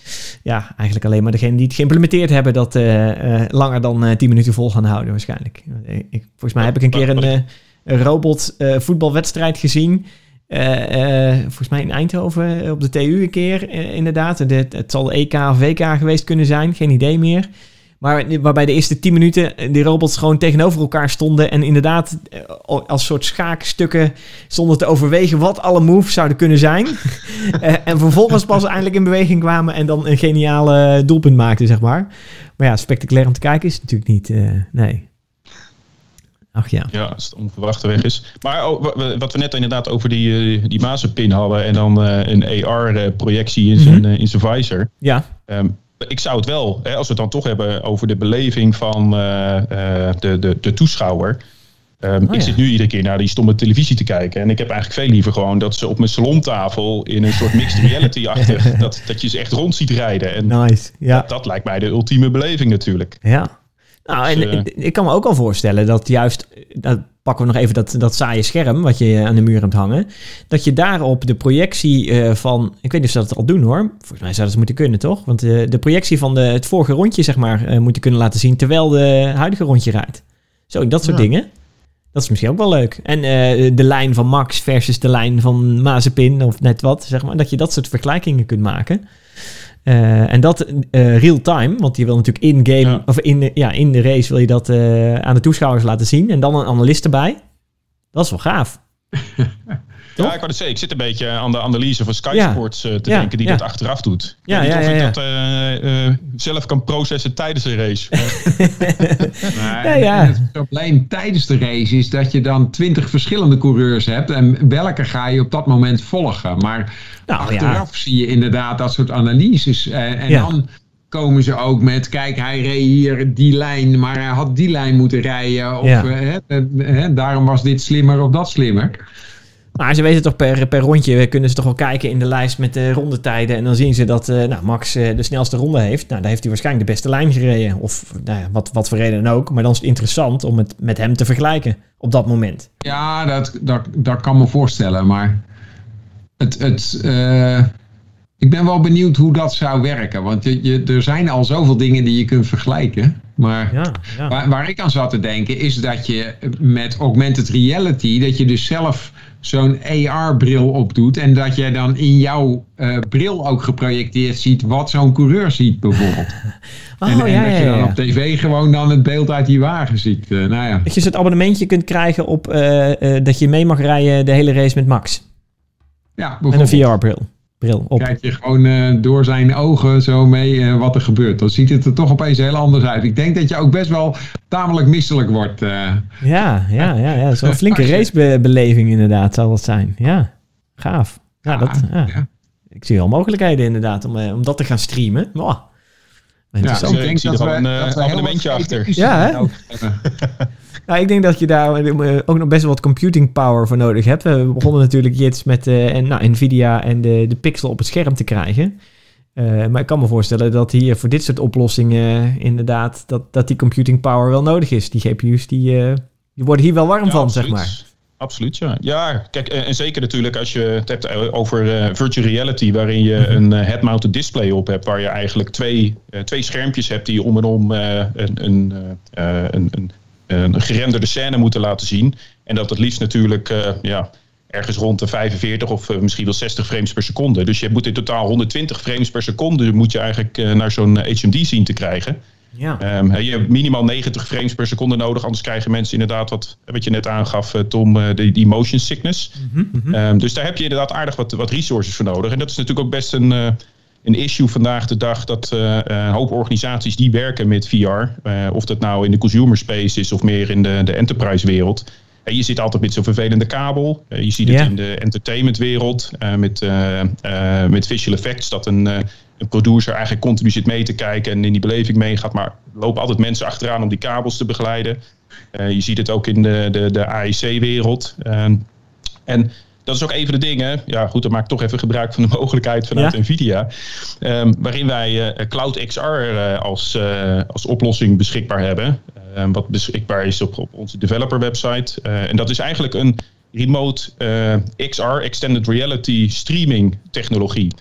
A: eigenlijk alleen maar degene die het geïmplementeerd hebben... dat langer dan 10 minuten vol gaan houden waarschijnlijk. Volgens mij heb ik een keer een robot voetbalwedstrijd gezien... volgens mij in Eindhoven op de TU een keer inderdaad. Het zal EK of WK geweest kunnen zijn, geen idee meer. Maar waarbij de eerste 10 minuten die robots gewoon tegenover elkaar stonden... en inderdaad als soort schaakstukken stonden te overwegen... wat alle moves zouden kunnen zijn. En vervolgens pas eindelijk in beweging kwamen... en dan een geniale doelpunt maakten, zeg maar. Maar ja, spectaculair om te kijken is het natuurlijk niet. Nee. Ach ja.
D: Ja, als het onverwachte weg is. Maar wat we net inderdaad over die Mazepin hadden... en dan een AR-projectie in zijn visor...
A: Ja.
D: Ik zou het wel, als we het dan toch hebben over de beleving van de toeschouwer. Ik zit nu iedere keer naar die stomme televisie te kijken. En ik heb eigenlijk veel liever gewoon dat ze op mijn salontafel in een soort mixed reality-achtig... dat je ze echt rond ziet rijden. En
A: nice, ja.
D: Dat lijkt mij de ultieme beleving natuurlijk.
A: Ja. Nou, en ik kan me ook al voorstellen dat juist... Dat pakken we nog even dat saaie scherm wat je aan de muur hebt hangen. Dat je daarop de projectie van... Ik weet niet of ze dat al doen hoor. Volgens mij zouden ze moeten kunnen, toch? Want de projectie van het vorige rondje, zeg maar... moet je kunnen laten zien terwijl de huidige rondje rijdt. Zo, dat soort dingen. Dat is misschien ook wel leuk. En de lijn van Max versus de lijn van Mazepin of net wat, zeg maar. Dat je dat soort vergelijkingen kunt maken. En dat real-time, want je wil natuurlijk in-game... of in de race wil je dat aan de toeschouwers laten zien. En dan een analist erbij. Dat is wel gaaf.
D: Ja, ik wou het zeggen, ik zit een beetje aan de analyse van Sky Sports te denken die dat achteraf doet. Ik weet niet of ik dat zelf kan processen tijdens de race.
B: Het probleem tijdens de race is dat je dan 20 verschillende coureurs hebt en welke ga je op dat moment volgen. Maar achteraf zie je inderdaad dat soort analyses dan komen ze ook met, kijk, hij reed hier die lijn, maar hij had die lijn moeten rijden. Of daarom was dit slimmer of dat slimmer.
A: Maar ze weten toch per rondje, kunnen ze toch wel kijken in de lijst met de rondetijden. En dan zien ze dat Max de snelste ronde heeft. Nou, daar heeft hij waarschijnlijk de beste lijn gereden. Of wat voor reden dan ook. Maar dan is het interessant om het met hem te vergelijken op dat moment.
B: Ja, dat kan me voorstellen. Maar ik ben wel benieuwd hoe dat zou werken. Want er zijn al zoveel dingen die je kunt vergelijken. Maar waar ik aan zat te denken is dat je met augmented reality... dat je dus zelf zo'n AR-bril opdoet... en dat je dan in jouw bril ook geprojecteerd ziet... wat zo'n coureur ziet bijvoorbeeld. En dat je dan op tv gewoon dan het beeld uit die wagen ziet.
A: Dat je zo'n abonnementje kunt krijgen op dat je mee mag rijden de hele race met Max.
B: Ja,
A: met een VR-bril. Op.
B: Kijk je gewoon door zijn ogen zo mee wat er gebeurt. Dan ziet het er toch opeens heel anders uit. Ik denk dat je ook best wel tamelijk misselijk wordt.
A: Ja. Dat is wel een flinke racebeleving inderdaad zal het zijn. Ja, gaaf. Ik zie wel mogelijkheden inderdaad om dat te gaan streamen. Oh.
D: Ik denk dat we een abonnementje achter.
A: Ja, Nou, ik denk dat je daar ook nog best wel wat computing power voor nodig hebt. We begonnen natuurlijk Jits met Nvidia en de pixel op het scherm te krijgen. Maar ik kan me voorstellen dat hier voor dit soort oplossingen inderdaad dat die computing power wel nodig is. Die GPU's die worden hier wel warm van,
D: absoluut.
A: zeg maar.
D: Absoluut, ja. Ja, kijk, en zeker natuurlijk als je het hebt over virtual reality... waarin je een head-mounted display op hebt... waar je eigenlijk twee schermpjes hebt die om en om een gerenderde scène moeten laten zien. En dat het liefst natuurlijk ergens rond de 45 of misschien wel 60 frames per seconde. Dus je moet in totaal 120 frames per seconde... moet je eigenlijk naar zo'n HMD zien te krijgen. Ja. Je hebt minimaal 90 frames per seconde nodig. Anders krijgen mensen inderdaad wat je net aangaf, Tom, die motion sickness. Mm-hmm. Dus daar heb je inderdaad aardig wat resources voor nodig. En dat is natuurlijk ook best een issue vandaag de dag... dat een hoop organisaties die werken met VR... of dat nou in de consumer space is of meer in de enterprise wereld... Je zit altijd met zo'n vervelende kabel. Je ziet het in de entertainmentwereld met visual effects... dat een producer eigenlijk continu zit mee te kijken en in die beleving meegaat... maar er lopen altijd mensen achteraan om die kabels te begeleiden. Je ziet het ook in de AEC-wereld. En dat is ook een van de dingen... Ja, goed, dan maak ik toch even gebruik van de mogelijkheid vanuit Nvidia... waarin wij Cloud XR als oplossing beschikbaar hebben... wat beschikbaar is op onze developer website. En dat is eigenlijk een remote XR, Extended Reality streaming technologie.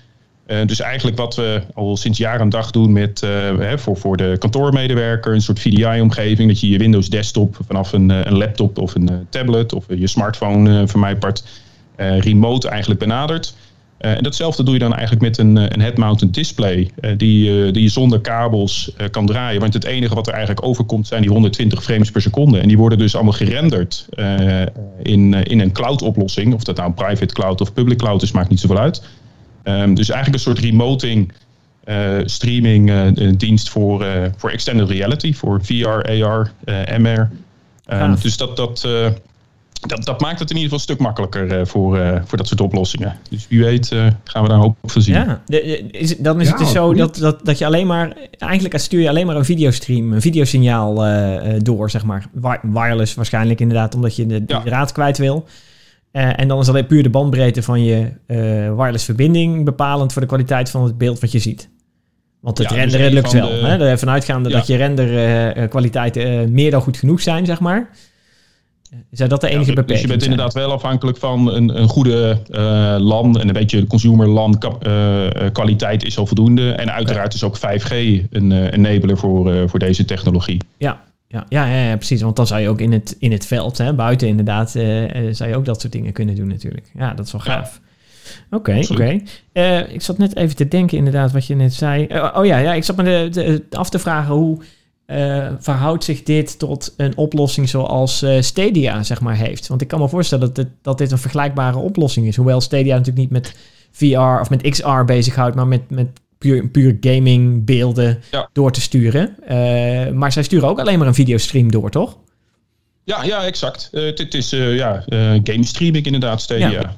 D: Dus eigenlijk wat we al sinds jaar en dag doen met voor de kantoormedewerker, een soort VDI-omgeving, dat je je Windows desktop vanaf een laptop of een tablet of je smartphone voor mij part remote eigenlijk benadert. En datzelfde doe je dan eigenlijk met een head-mounted display die je zonder kabels kan draaien. Want het enige wat er eigenlijk overkomt zijn die 120 frames per seconde. En die worden dus allemaal gerenderd in een cloud-oplossing. Of dat nou een private cloud of public cloud is, maakt niet zoveel uit. Dus eigenlijk een soort remoting streaming dienst voor extended reality, voor VR, AR, MR. Dus dat maakt het in ieder geval een stuk makkelijker voor dat soort oplossingen. Dus wie weet gaan we daar hoop van zien.
A: Ja, dan is het dus zo dat je alleen maar... Eigenlijk stuur je alleen maar een videostream, een videosignaal door, zeg maar. Wireless waarschijnlijk inderdaad, omdat je de draad kwijt wil. En dan is alleen puur de bandbreedte van je wireless verbinding bepalend voor de kwaliteit van het beeld wat je ziet. Want het renderen dus lukt wel. Ervan uitgaande dat je renderkwaliteiten meer dan goed genoeg zijn, zeg maar. Is dat de enige beperking?
D: Dus je bent inderdaad wel afhankelijk van een goede LAN en een beetje consumer LAN kwaliteit is al voldoende. En uiteraard is ook 5G een enabler voor deze technologie.
A: Ja, precies. Want dan zou je ook in het veld, buiten inderdaad, zou je ook dat soort dingen kunnen doen natuurlijk. Ja, dat is wel gaaf. Oké. Ik zat net even te denken inderdaad wat je net zei. Ik zat me af te vragen hoe verhoudt zich dit tot een oplossing zoals Stadia, zeg maar, heeft. Want ik kan me voorstellen dat dit een vergelijkbare oplossing is. Hoewel Stadia natuurlijk niet met VR of met XR bezighoudt, maar met puur gaming beelden door te sturen. Maar zij sturen ook alleen maar een videostream door, toch?
D: Ja, exact. Het is game streaming inderdaad, Stadia.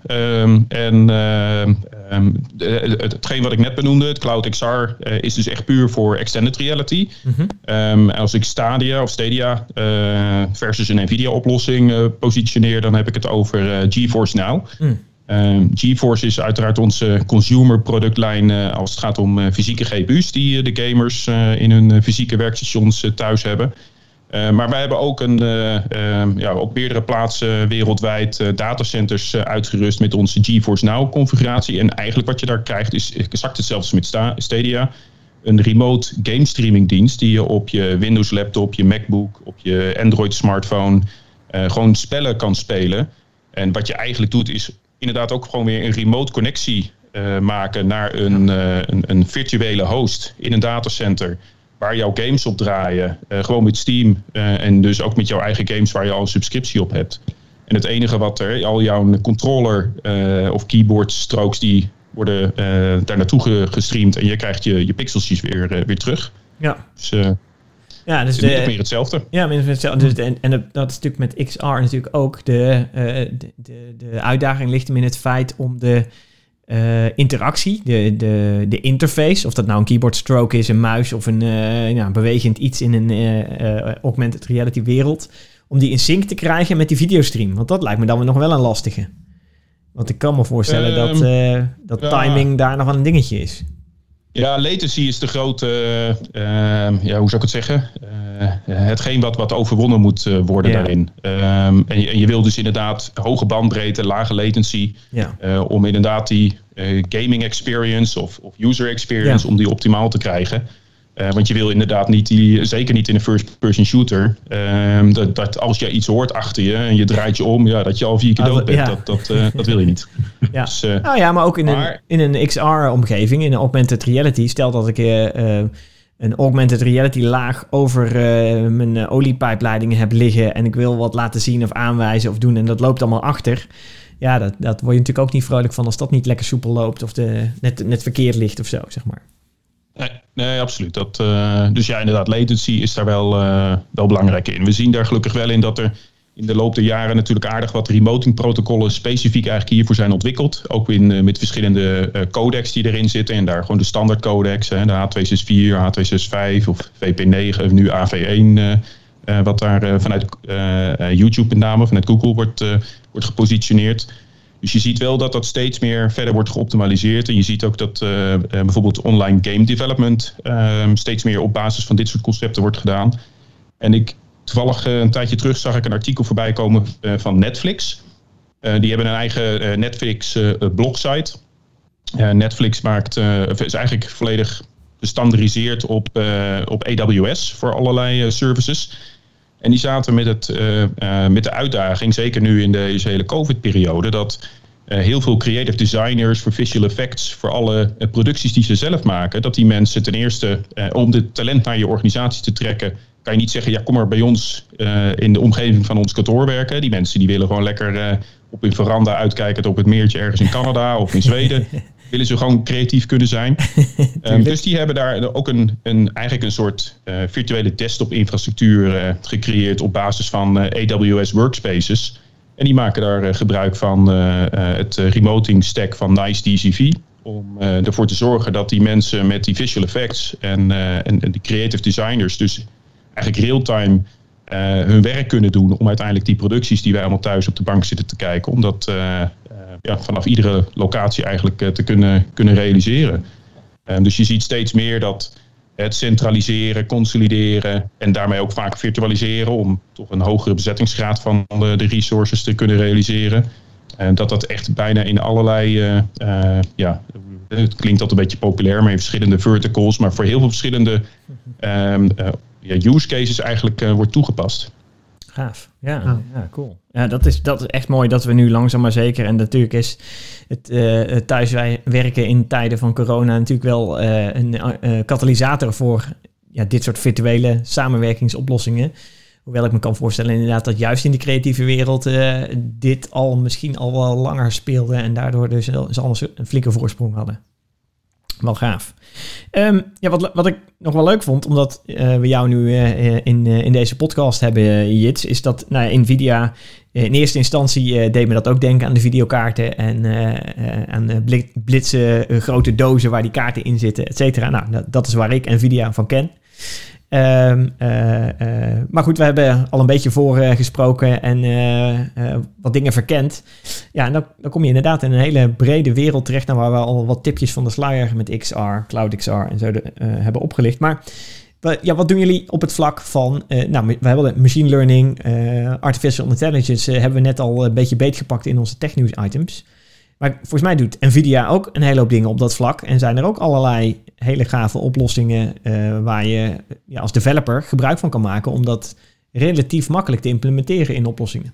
D: Hetgeen wat ik net benoemde, het Cloud XR, is dus echt puur voor extended reality. Mm-hmm. Als ik Stadia versus een Nvidia-oplossing positioneer, dan heb ik het over GeForce Now. GeForce is uiteraard onze consumer productlijn als het gaat om fysieke GPU's die de gamers in hun fysieke werkstations thuis hebben. Maar wij hebben ook op meerdere plaatsen wereldwijd datacenters uitgerust met onze GeForce Now configuratie. En eigenlijk wat je daar krijgt is exact hetzelfde als met Stadia. Een remote game streaming dienst die je op je Windows laptop, je MacBook, op je Android smartphone gewoon spellen kan spelen. En wat je eigenlijk doet is inderdaad ook gewoon weer een remote connectie maken naar een virtuele host in een datacenter. Waar jouw games op draaien, gewoon met Steam en dus ook met jouw eigen games waar je al een subscriptie op hebt. En het enige wat al jouw controller of keyboard strokes die worden daar naartoe gestreamd en je krijgt je pixeltjes weer terug. Ja. Dus het is meer hetzelfde.
A: Ja, meer hetzelfde. Dus dat is natuurlijk met XR natuurlijk ook de uitdaging ligt hem in het feit om de interactie, de interface, of dat nou een keyboard stroke is, een muis of een bewegend iets in een augmented reality wereld, om die in sync te krijgen met die videostream. Want dat lijkt me dan nog wel een lastige. Want ik kan me voorstellen dat timing daar nog wel een dingetje is.
D: Ja, latency is de grote, hoe zou ik het zeggen? Hetgeen wat overwonnen moet worden daarin. En je wil dus inderdaad hoge bandbreedte, lage latency. Om inderdaad die gaming experience of user experience, om die optimaal te krijgen. Want je wil inderdaad zeker niet in een first-person shooter, dat als je iets hoort achter je en je draait je om, dat je al 4 keer dood bent. Dat wil je niet.
A: Ja. Dus, maar ook in een XR-omgeving, in een augmented reality, stel dat ik een augmented reality laag over mijn oliepijpleidingen heb liggen en ik wil wat laten zien of aanwijzen of doen en dat loopt allemaal achter. Ja, dat word je natuurlijk ook niet vrolijk van als dat niet lekker soepel loopt of net verkeerd ligt of zo, zeg maar.
D: Nee, absoluut. Dus inderdaad, latency is daar wel belangrijk in. We zien daar gelukkig wel in dat er in de loop der jaren natuurlijk aardig wat remoting protocollen specifiek eigenlijk hiervoor zijn ontwikkeld. Ook met verschillende codecs die erin zitten. En daar gewoon de standaard codecs, de H264, H265 of VP9 of nu AV1. Wat daar vanuit YouTube met name, vanuit Google wordt gepositioneerd. Dus je ziet wel dat steeds meer verder wordt geoptimaliseerd. En je ziet ook dat bijvoorbeeld online game development steeds meer op basis van dit soort concepten wordt gedaan. En toevallig een tijdje terug zag ik een artikel voorbij komen van Netflix. Die hebben een eigen Netflix blogsite. Netflix is eigenlijk volledig gestandardiseerd op AWS voor allerlei services. En die zaten met de uitdaging, zeker nu in deze hele COVID-periode, dat heel veel creative designers voor visual effects, voor alle producties die ze zelf maken, dat die mensen ten eerste, om de talent naar je organisatie te trekken, kan je niet zeggen, ja, kom maar bij ons in de omgeving van ons kantoor werken. Die mensen die willen gewoon lekker op hun veranda uitkijken op het meertje ergens in Canada of in Zweden. Willen ze gewoon creatief kunnen zijn. Dus die hebben daar ook eigenlijk een soort virtuele desktop-infrastructuur gecreëerd op basis van AWS Workspaces. En die maken daar gebruik van het remoting stack van NiceDCV. Om ervoor te zorgen dat die mensen met die visual effects en de creative designers dus eigenlijk real-time hun werk kunnen doen om uiteindelijk die producties die wij allemaal thuis op de bank zitten te kijken, om dat vanaf iedere locatie eigenlijk te kunnen realiseren. Dus je ziet steeds meer dat het centraliseren, consolideren en daarmee ook vaak virtualiseren om toch een hogere bezettingsgraad van de resources te kunnen realiseren. Dat echt bijna in allerlei, het klinkt altijd een beetje populair, maar in verschillende verticals, maar voor heel veel verschillende use cases eigenlijk wordt toegepast.
A: Gaaf. Ja, cool. Ja, dat is echt mooi dat we nu langzaam maar zeker, en natuurlijk is het thuiswerken in tijden van corona natuurlijk wel een katalysator voor dit soort virtuele samenwerkingsoplossingen. Hoewel ik me kan voorstellen inderdaad dat juist in de creatieve wereld dit misschien al wel langer speelde en daardoor dus ze anders een flinke voorsprong hadden. Wel gaaf. Wat ik nog wel leuk vond, omdat we jou nu in deze podcast hebben, Jits, is dat Nvidia in eerste instantie deed me dat ook denken aan de videokaarten en aan blitse grote dozen waar die kaarten in zitten, et cetera. Nou, dat is waar ik Nvidia van ken. Maar goed, we hebben al een beetje voorgesproken en wat dingen verkend. Ja, en dan kom je inderdaad in een hele brede wereld terecht, waar we al wat tipjes van de sluier met XR, Cloud XR en zo hebben opgelicht. Maar wat doen jullie op het vlak van, we hebben machine learning, artificial intelligence, hebben we net al een beetje beetgepakt in onze technews items. Maar volgens mij doet Nvidia ook een hele hoop dingen op dat vlak. En zijn er ook allerlei hele gave oplossingen waar je als developer gebruik van kan maken om dat relatief makkelijk te implementeren in oplossingen.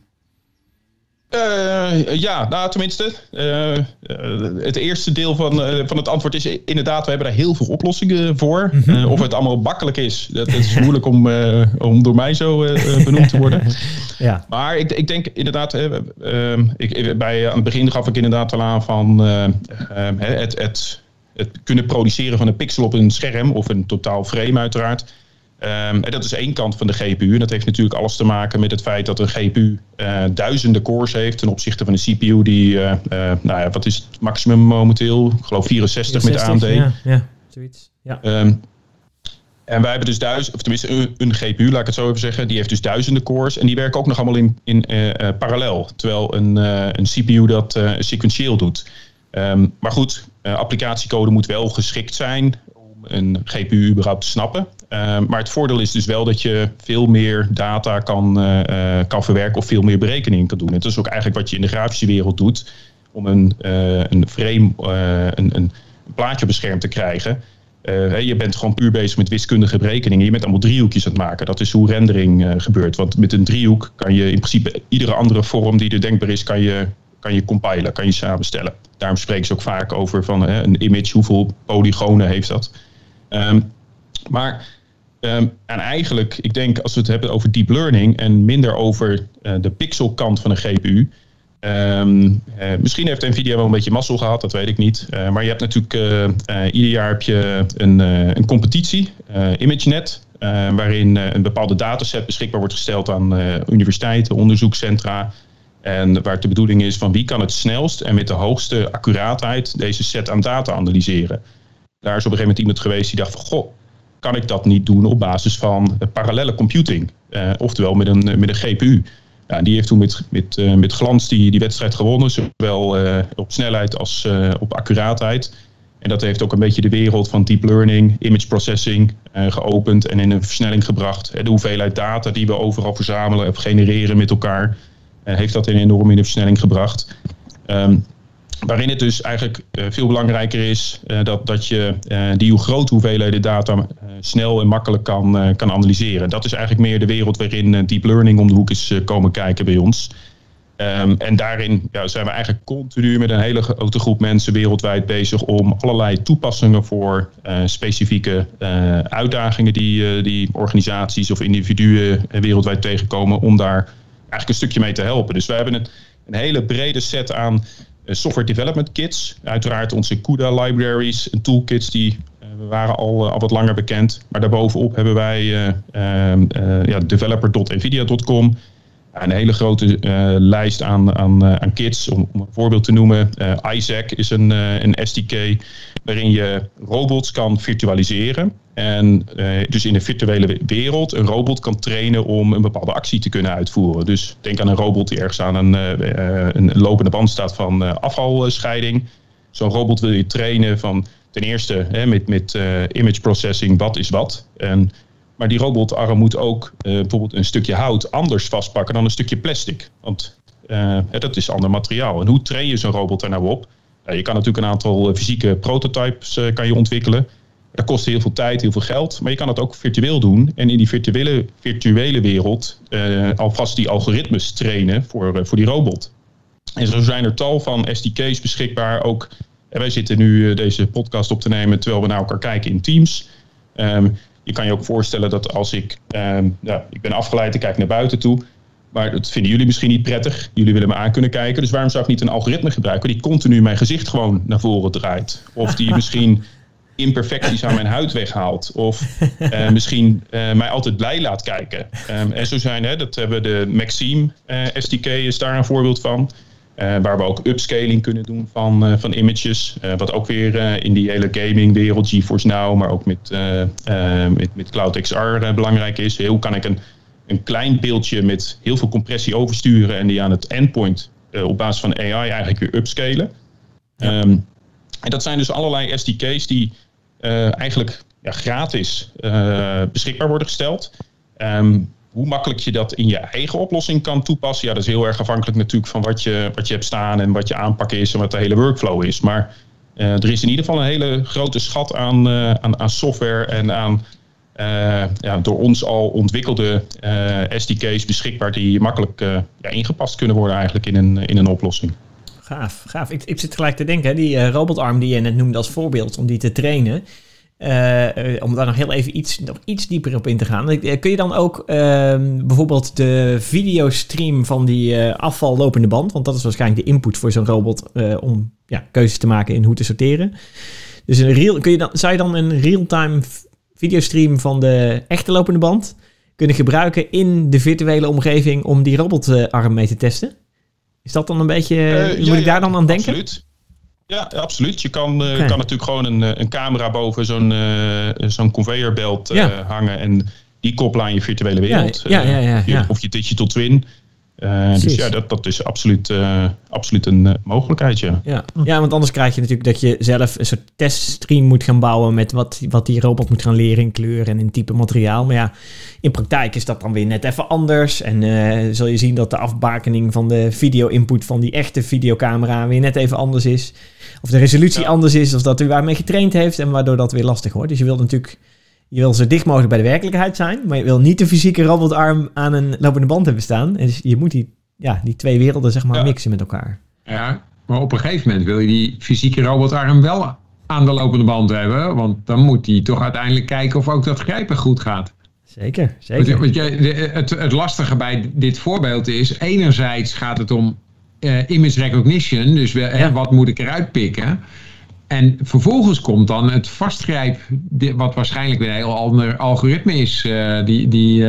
A: Tenminste. Het eerste deel van het antwoord is inderdaad, we hebben daar heel veel oplossingen voor. Mm-hmm. Of het allemaal makkelijk is, dat is moeilijk om door mij zo benoemd te worden. Ja. Maar ik denk inderdaad, aan het begin gaf ik inderdaad al aan van het kunnen produceren van een pixel op een scherm of een totaal frame uiteraard. En dat is één kant van de GPU. En dat heeft natuurlijk alles te maken met het feit dat een GPU duizenden cores heeft ten opzichte van een CPU die, wat is het maximum momenteel? Ik geloof 64 met AMD. Ja, zoiets. Ja.
D: En wij hebben dus een GPU, laat ik het zo even zeggen, die heeft dus duizenden cores. En die werken ook nog allemaal in parallel. Terwijl een CPU dat sequentieel doet. Maar goed, applicatiecode moet wel geschikt zijn om een GPU überhaupt te snappen. Maar het voordeel is dus wel dat je veel meer data kan verwerken of veel meer berekeningen kan doen. En dat is ook eigenlijk wat je in de grafische wereld doet om een frame, een plaatje op een scherm te krijgen. Je bent gewoon puur bezig met wiskundige berekeningen. Je bent allemaal driehoekjes aan het maken. Dat is hoe rendering gebeurt. Want met een driehoek kan je in principe iedere andere vorm die er denkbaar is, kan je compilen, kan je samenstellen. Daarom spreken ze ook vaak over van een image, hoeveel polygonen heeft dat. En eigenlijk, ik denk als we het hebben over deep learning en minder over de pixelkant van een GPU. Misschien heeft Nvidia wel een beetje mazzel gehad, dat weet ik niet. Maar je hebt natuurlijk, ieder jaar heb je een competitie, ImageNet, waarin een bepaalde dataset beschikbaar wordt gesteld aan universiteiten, onderzoekscentra. En waar de bedoeling is van wie kan het snelst en met de hoogste accuraatheid deze set aan data analyseren. Daar is op een gegeven moment iemand geweest die dacht van, kan ik dat niet doen op basis van parallelle computing? Oftewel met een GPU. Ja, die heeft toen met glans die wedstrijd gewonnen, zowel op snelheid als op accuraatheid. En dat heeft ook een beetje de wereld van deep learning, image processing geopend en in een versnelling gebracht. De hoeveelheid data die we overal verzamelen of genereren met elkaar, heeft dat enorm in de versnelling gebracht. Waarin het dus eigenlijk veel belangrijker is dat je die grote hoeveelheden data snel en makkelijk kan analyseren. Dat is eigenlijk meer de wereld waarin deep learning om de hoek is komen kijken bij ons. En daarin zijn we eigenlijk continu met een hele grote groep mensen wereldwijd bezig om allerlei toepassingen voor specifieke uitdagingen die organisaties of individuen wereldwijd tegenkomen, om daar eigenlijk een stukje mee te helpen. Dus we hebben een hele brede set aan software development kits. Uiteraard onze CUDA libraries en toolkits die waren al wat langer bekend. Maar daarbovenop hebben wij developer.nvidia.com. Een hele grote lijst aan kits. Om een voorbeeld te noemen. Isaac is een SDK waarin je robots kan virtualiseren. En dus in de virtuele wereld een robot kan trainen om een bepaalde actie te kunnen uitvoeren. Dus denk aan een robot die ergens aan een lopende band staat van afvalscheiding. Zo'n robot wil je trainen van ten eerste met image processing, wat is wat. Maar die robotarm moet ook bijvoorbeeld een stukje hout anders vastpakken dan een stukje plastic. Want dat is ander materiaal. En hoe train je zo'n robot daar nou op? Je kan natuurlijk een aantal fysieke prototypes kan je ontwikkelen. Dat kost heel veel tijd, heel veel geld. Maar je kan het ook virtueel doen. En in die virtuele wereld alvast die algoritmes trainen voor die robot. En zo zijn er tal van SDK's beschikbaar. Ook, wij zitten nu deze podcast op te nemen terwijl we naar elkaar kijken in Teams. Je kan je ook voorstellen dat als ik ben afgeleid, ik kijk naar buiten toe. Maar dat vinden jullie misschien niet prettig. Jullie willen me aan kunnen kijken. Dus waarom zou ik niet een algoritme gebruiken die continu mijn gezicht gewoon naar voren draait? Of die misschien imperfecties aan mijn huid weghaalt. Of misschien mij altijd blij laat kijken. En zo zijn, dat hebben de Maxime SDK is daar een voorbeeld van. Waar we ook upscaling kunnen doen van images. Wat ook weer in die hele gamingwereld, GeForce Now, maar ook met Cloud XR belangrijk is. Hoe kan ik een klein beeldje met heel veel compressie oversturen en die aan het endpoint op basis van AI eigenlijk weer upscalen. Ja. En dat zijn dus allerlei SDK's die eigenlijk gratis beschikbaar worden gesteld. Hoe makkelijk je dat in je eigen oplossing kan toepassen, dat is heel erg afhankelijk natuurlijk van wat je hebt staan en wat je aanpak is en wat de hele workflow is. Maar er is in ieder geval een hele grote schat aan software en aan door ons al ontwikkelde SDK's beschikbaar die makkelijk ingepast kunnen worden eigenlijk in een oplossing.
A: Gaaf. Ik zit gelijk te denken, die robotarm die je net noemde als voorbeeld om die te trainen. Om daar nog heel even iets dieper op in te gaan. Kun je dan ook bijvoorbeeld de videostream van die afvallopende band, want dat is waarschijnlijk de input voor zo'n robot om keuzes te maken in hoe te sorteren. Dus zou je dan een real-time videostream van de echte lopende band kunnen gebruiken in de virtuele omgeving om die robotarm mee te testen? Is dat dan een beetje... moet ik daar dan aan denken?
D: Absoluut. Ja, absoluut. Je kan natuurlijk gewoon een camera boven zo'n conveyorbelt hangen en die koppelen aan je virtuele wereld. Of je digital twin. Dus dat is absoluut een mogelijkheid. Ja,
A: want anders krijg je natuurlijk dat je zelf een soort teststream moet gaan bouwen met wat die robot moet gaan leren in kleur en in type materiaal. Maar in praktijk is dat dan weer net even anders. En zul je zien dat de afbakening van de video-input van die echte videocamera weer net even anders is. Of de resolutie anders is, of dat u waarmee getraind heeft en waardoor dat weer lastig wordt. Dus je wilt natuurlijk... Je wil zo dicht mogelijk bij de werkelijkheid zijn, maar je wil niet de fysieke robotarm aan een lopende band hebben staan. En dus je moet die twee werelden zeg maar mixen met elkaar.
B: Ja, maar op een gegeven moment wil je die fysieke robotarm wel aan de lopende band hebben, want dan moet hij toch uiteindelijk kijken of ook dat grijpen goed gaat.
A: Zeker.
B: Het lastige bij dit voorbeeld is, enerzijds gaat het om image recognition, dus wat moet ik eruit pikken? En vervolgens komt dan het vastgrijp, wat waarschijnlijk weer een heel ander algoritme is, die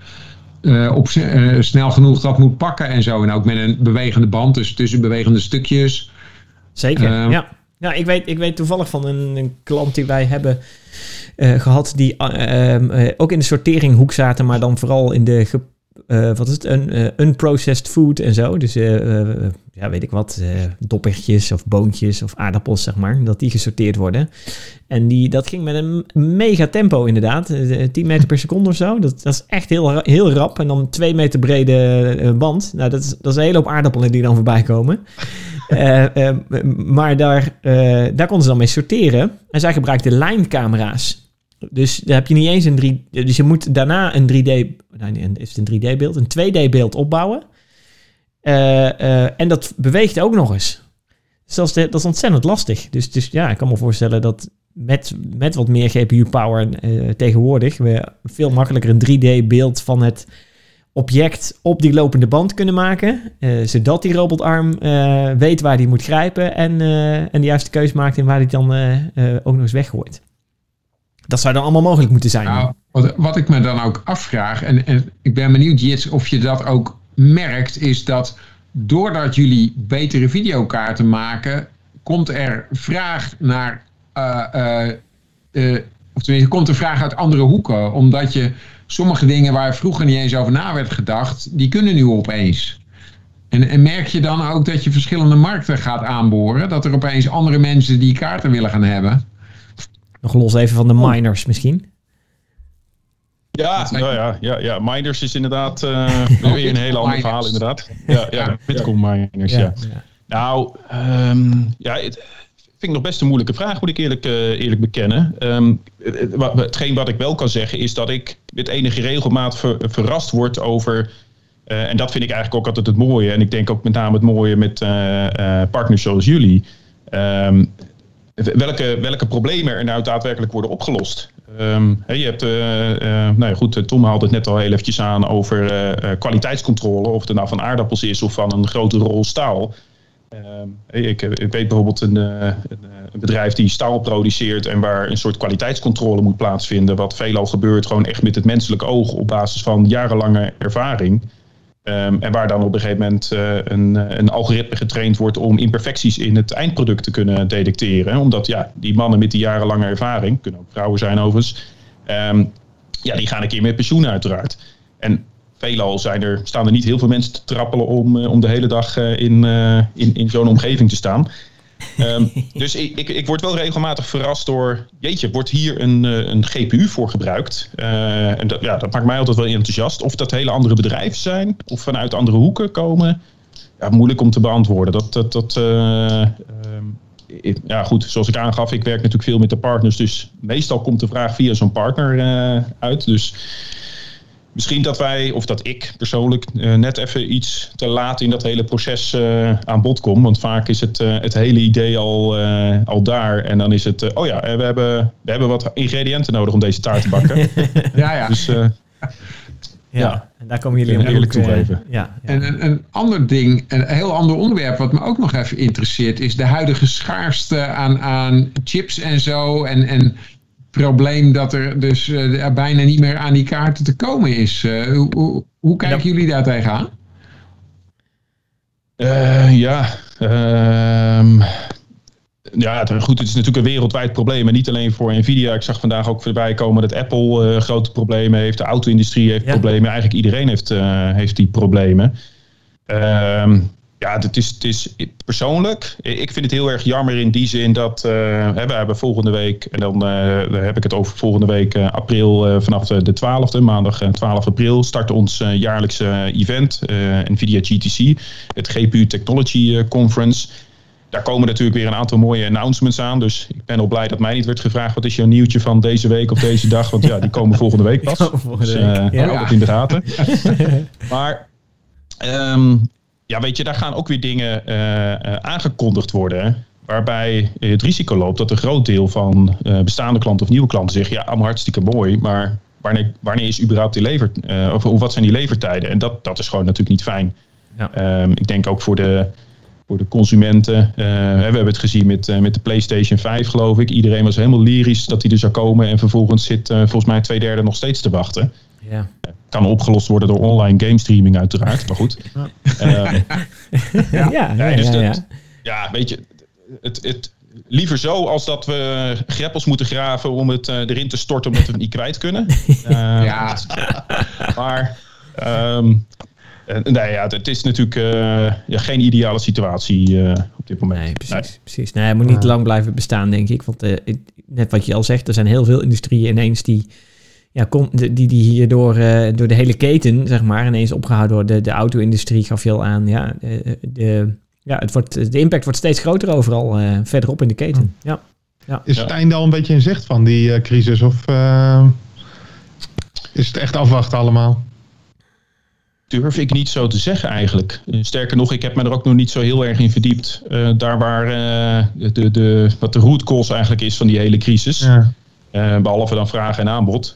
B: snel genoeg dat moet pakken en zo. En ook met een bewegende band, dus tussen bewegende stukjes.
A: Zeker, ja, ik weet toevallig van een klant die wij hebben gehad, die ook in de sorteringhoek zaten, maar dan vooral in de unprocessed food en zo. Dus weet ik wat, doppertjes of boontjes of aardappels, zeg maar, dat die gesorteerd worden. En dat ging met een mega tempo inderdaad, 10 meter per seconde of zo. Dat is echt heel rap. En dan 2 meter brede band. Nou, dat is een hele hoop aardappelen die dan voorbij komen. Maar daar konden ze dan mee sorteren. En zij gebruikten lijncamera's. Dus daar heb je niet eens dus je moet daarna een 3D-beeld, een 2D-beeld opbouwen. En dat beweegt ook nog eens. Dus dat is ontzettend lastig. Dus ja, ik kan me voorstellen dat met wat meer GPU-power tegenwoordig we veel makkelijker een 3D-beeld van het object op die lopende band kunnen maken. Zodat die robotarm weet waar die moet grijpen en de juiste keuze maakt en waar die dan ook nog eens weggooit. Dat zou dan allemaal mogelijk moeten zijn.
B: Nou, wat ik me dan ook afvraag, en ik ben benieuwd, Jits, of je dat ook merkt, is dat doordat jullie betere videokaarten maken, komt er vraag naar, of tenminste, komt er vraag uit andere hoeken, omdat je sommige dingen waar vroeger niet eens over na werd gedacht, die kunnen nu opeens. En merk je dan ook dat je verschillende markten gaat aanboren, dat er opeens andere mensen die kaarten willen gaan hebben?
A: Nog los even van de miners misschien.
D: Ja, miners is inderdaad weer een hele ander verhaal inderdaad. Ja, Bitcoin miners, ja. Nou, het vind ik nog best een moeilijke vraag, moet ik eerlijk bekennen. Hetgeen wat ik wel kan zeggen is dat ik met enige regelmaat verrast word over, en dat vind ik eigenlijk ook altijd het mooie, en ik denk ook met name het mooie met partners zoals jullie, welke problemen er nou daadwerkelijk worden opgelost. Je hebt, Tom haalde het net al heel eventjes aan over kwaliteitscontrole, of het nou van aardappels is of van een grote rol staal. Ik weet bijvoorbeeld een bedrijf die staal produceert en waar een soort kwaliteitscontrole moet plaatsvinden, wat veelal gebeurt gewoon echt met het menselijke oog op basis van jarenlange ervaring. En waar dan op een gegeven moment een algoritme getraind wordt om imperfecties in het eindproduct te kunnen detecteren. Omdat die mannen met die jarenlange ervaring, kunnen ook vrouwen zijn overigens, die gaan een keer met pensioen uiteraard. En veelal staan er niet heel veel mensen te trappelen om de hele dag in zo'n omgeving te staan. Dus ik word wel regelmatig verrast door, wordt hier een GPU voor gebruikt? En dat maakt mij altijd wel enthousiast. Of dat hele andere bedrijven zijn, of vanuit andere hoeken komen. Ja, moeilijk om te beantwoorden. Goed, zoals ik aangaf, ik werk natuurlijk veel met de partners. Dus meestal komt de vraag via zo'n partner uit. Dus misschien dat wij, of dat ik persoonlijk, net even iets te laat in dat hele proces aan bod kom. Want vaak is het hele idee al daar. En dan is het, we hebben wat ingrediënten nodig om deze taart te bakken.
B: Ja.
D: Dus,
A: en daar komen jullie
D: eerlijk toegeven.
B: En een ander ding, een heel ander onderwerp wat me ook nog even interesseert, is de huidige schaarste aan chips en zo. En probleem dat er dus bijna niet meer aan die kaarten te komen is. Hoe kijken jullie daar tegenaan? Goed, het is natuurlijk een wereldwijd probleem en niet alleen voor Nvidia. Ik zag vandaag ook voorbij komen dat Apple grote problemen heeft, de auto-industrie heeft problemen. Eigenlijk iedereen heeft die problemen. Het is persoonlijk. Ik vind het heel erg jammer in die zin dat we hebben volgende week, en dan heb ik het over volgende week april, vanaf de 12e, maandag 12 april, start ons jaarlijkse event, Nvidia GTC, het GPU Technology Conference. Daar komen natuurlijk weer een aantal mooie announcements aan. Dus ik ben al blij dat mij niet werd gevraagd, wat is jouw nieuwtje van deze week of deze dag? Want die komen volgende week pas. Dus hou dat in de gaten. Maar daar gaan ook weer dingen aangekondigd worden, waarbij je het risico loopt dat een groot deel van bestaande klanten of nieuwe klanten zeggen, allemaal hartstikke mooi, maar wanneer is überhaupt die of wat zijn die levertijden? En dat is gewoon natuurlijk niet fijn. Ja. Ik denk ook voor de consumenten. We hebben het gezien met de PlayStation 5, geloof ik. Iedereen was helemaal lyrisch dat die er zou komen. En vervolgens zit volgens mij 2/3 nog steeds te wachten. Ja. Kan opgelost worden door online game streaming uiteraard. Maar goed. Weet je. Het liever zo als dat we greppels moeten graven om het erin te storten omdat we het niet kwijt kunnen. Maar het is natuurlijk geen ideale situatie op dit moment.
A: Nee, precies. Nee, het moet niet lang blijven bestaan, denk ik. Want net wat je al zegt, er zijn heel veel industrieën ineens die hier door de hele keten, zeg maar, ineens opgehouden worden. De auto-industrie gaf je al aan. Ja, de de impact wordt steeds groter overal verderop in de keten. Ja.
C: Is het einde al een beetje in zicht van die crisis? Of is het echt afwachten allemaal?
D: Durf ik niet zo te zeggen eigenlijk. Sterker nog, ik heb me er ook nog niet zo heel erg in verdiept. Daar waar wat de root cause eigenlijk is van die hele crisis. Ja. Behalve dan vraag en aanbod.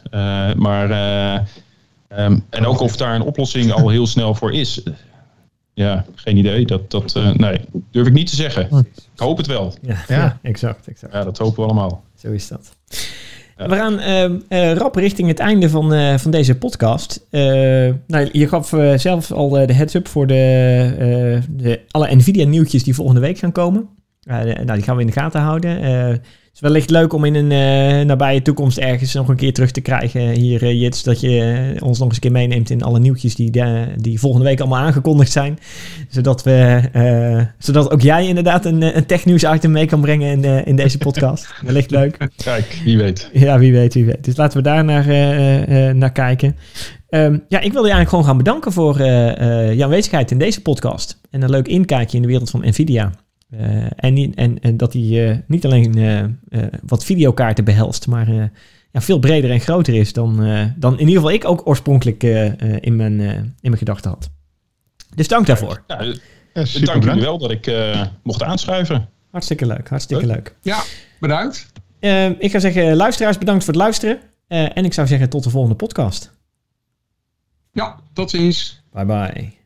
D: En ook of daar een oplossing al heel snel voor is. Ja, geen idee. Nee, durf ik niet te zeggen. Ik hoop het wel.
A: Ja, exact.
D: Ja, dat hopen we allemaal.
A: Zo is dat. Ja. We gaan rap richting het einde van deze podcast. Je gaf zelf al de heads-up voor alle Nvidia-nieuwtjes die volgende week gaan komen. Die gaan we in de gaten houden. Het is wellicht leuk om in een nabije toekomst ergens nog een keer terug te krijgen hier, Jits. Dat je ons nog eens een keer meeneemt in alle nieuwtjes die volgende week allemaal aangekondigd zijn. Zodat ook jij inderdaad een technieuws item mee kan brengen in deze podcast. Wellicht leuk.
D: Kijk, wie weet.
A: Ja, wie weet. Dus laten we daar naar kijken. Ik wil je eigenlijk gewoon gaan bedanken voor je aanwezigheid in deze podcast. En een leuk inkijkje in de wereld van Nvidia. En dat hij niet alleen wat videokaarten behelst, maar veel breder en groter is dan in ieder geval ik ook oorspronkelijk in mijn gedachten had. Dus dank daarvoor.
D: Dank jullie wel dat ik mocht aanschuiven.
A: Hartstikke leuk.
B: Ja, bedankt.
A: Ik ga zeggen, luisteraars, bedankt voor het luisteren. En ik zou zeggen, tot de volgende podcast.
B: Ja, tot ziens.
A: Bye bye.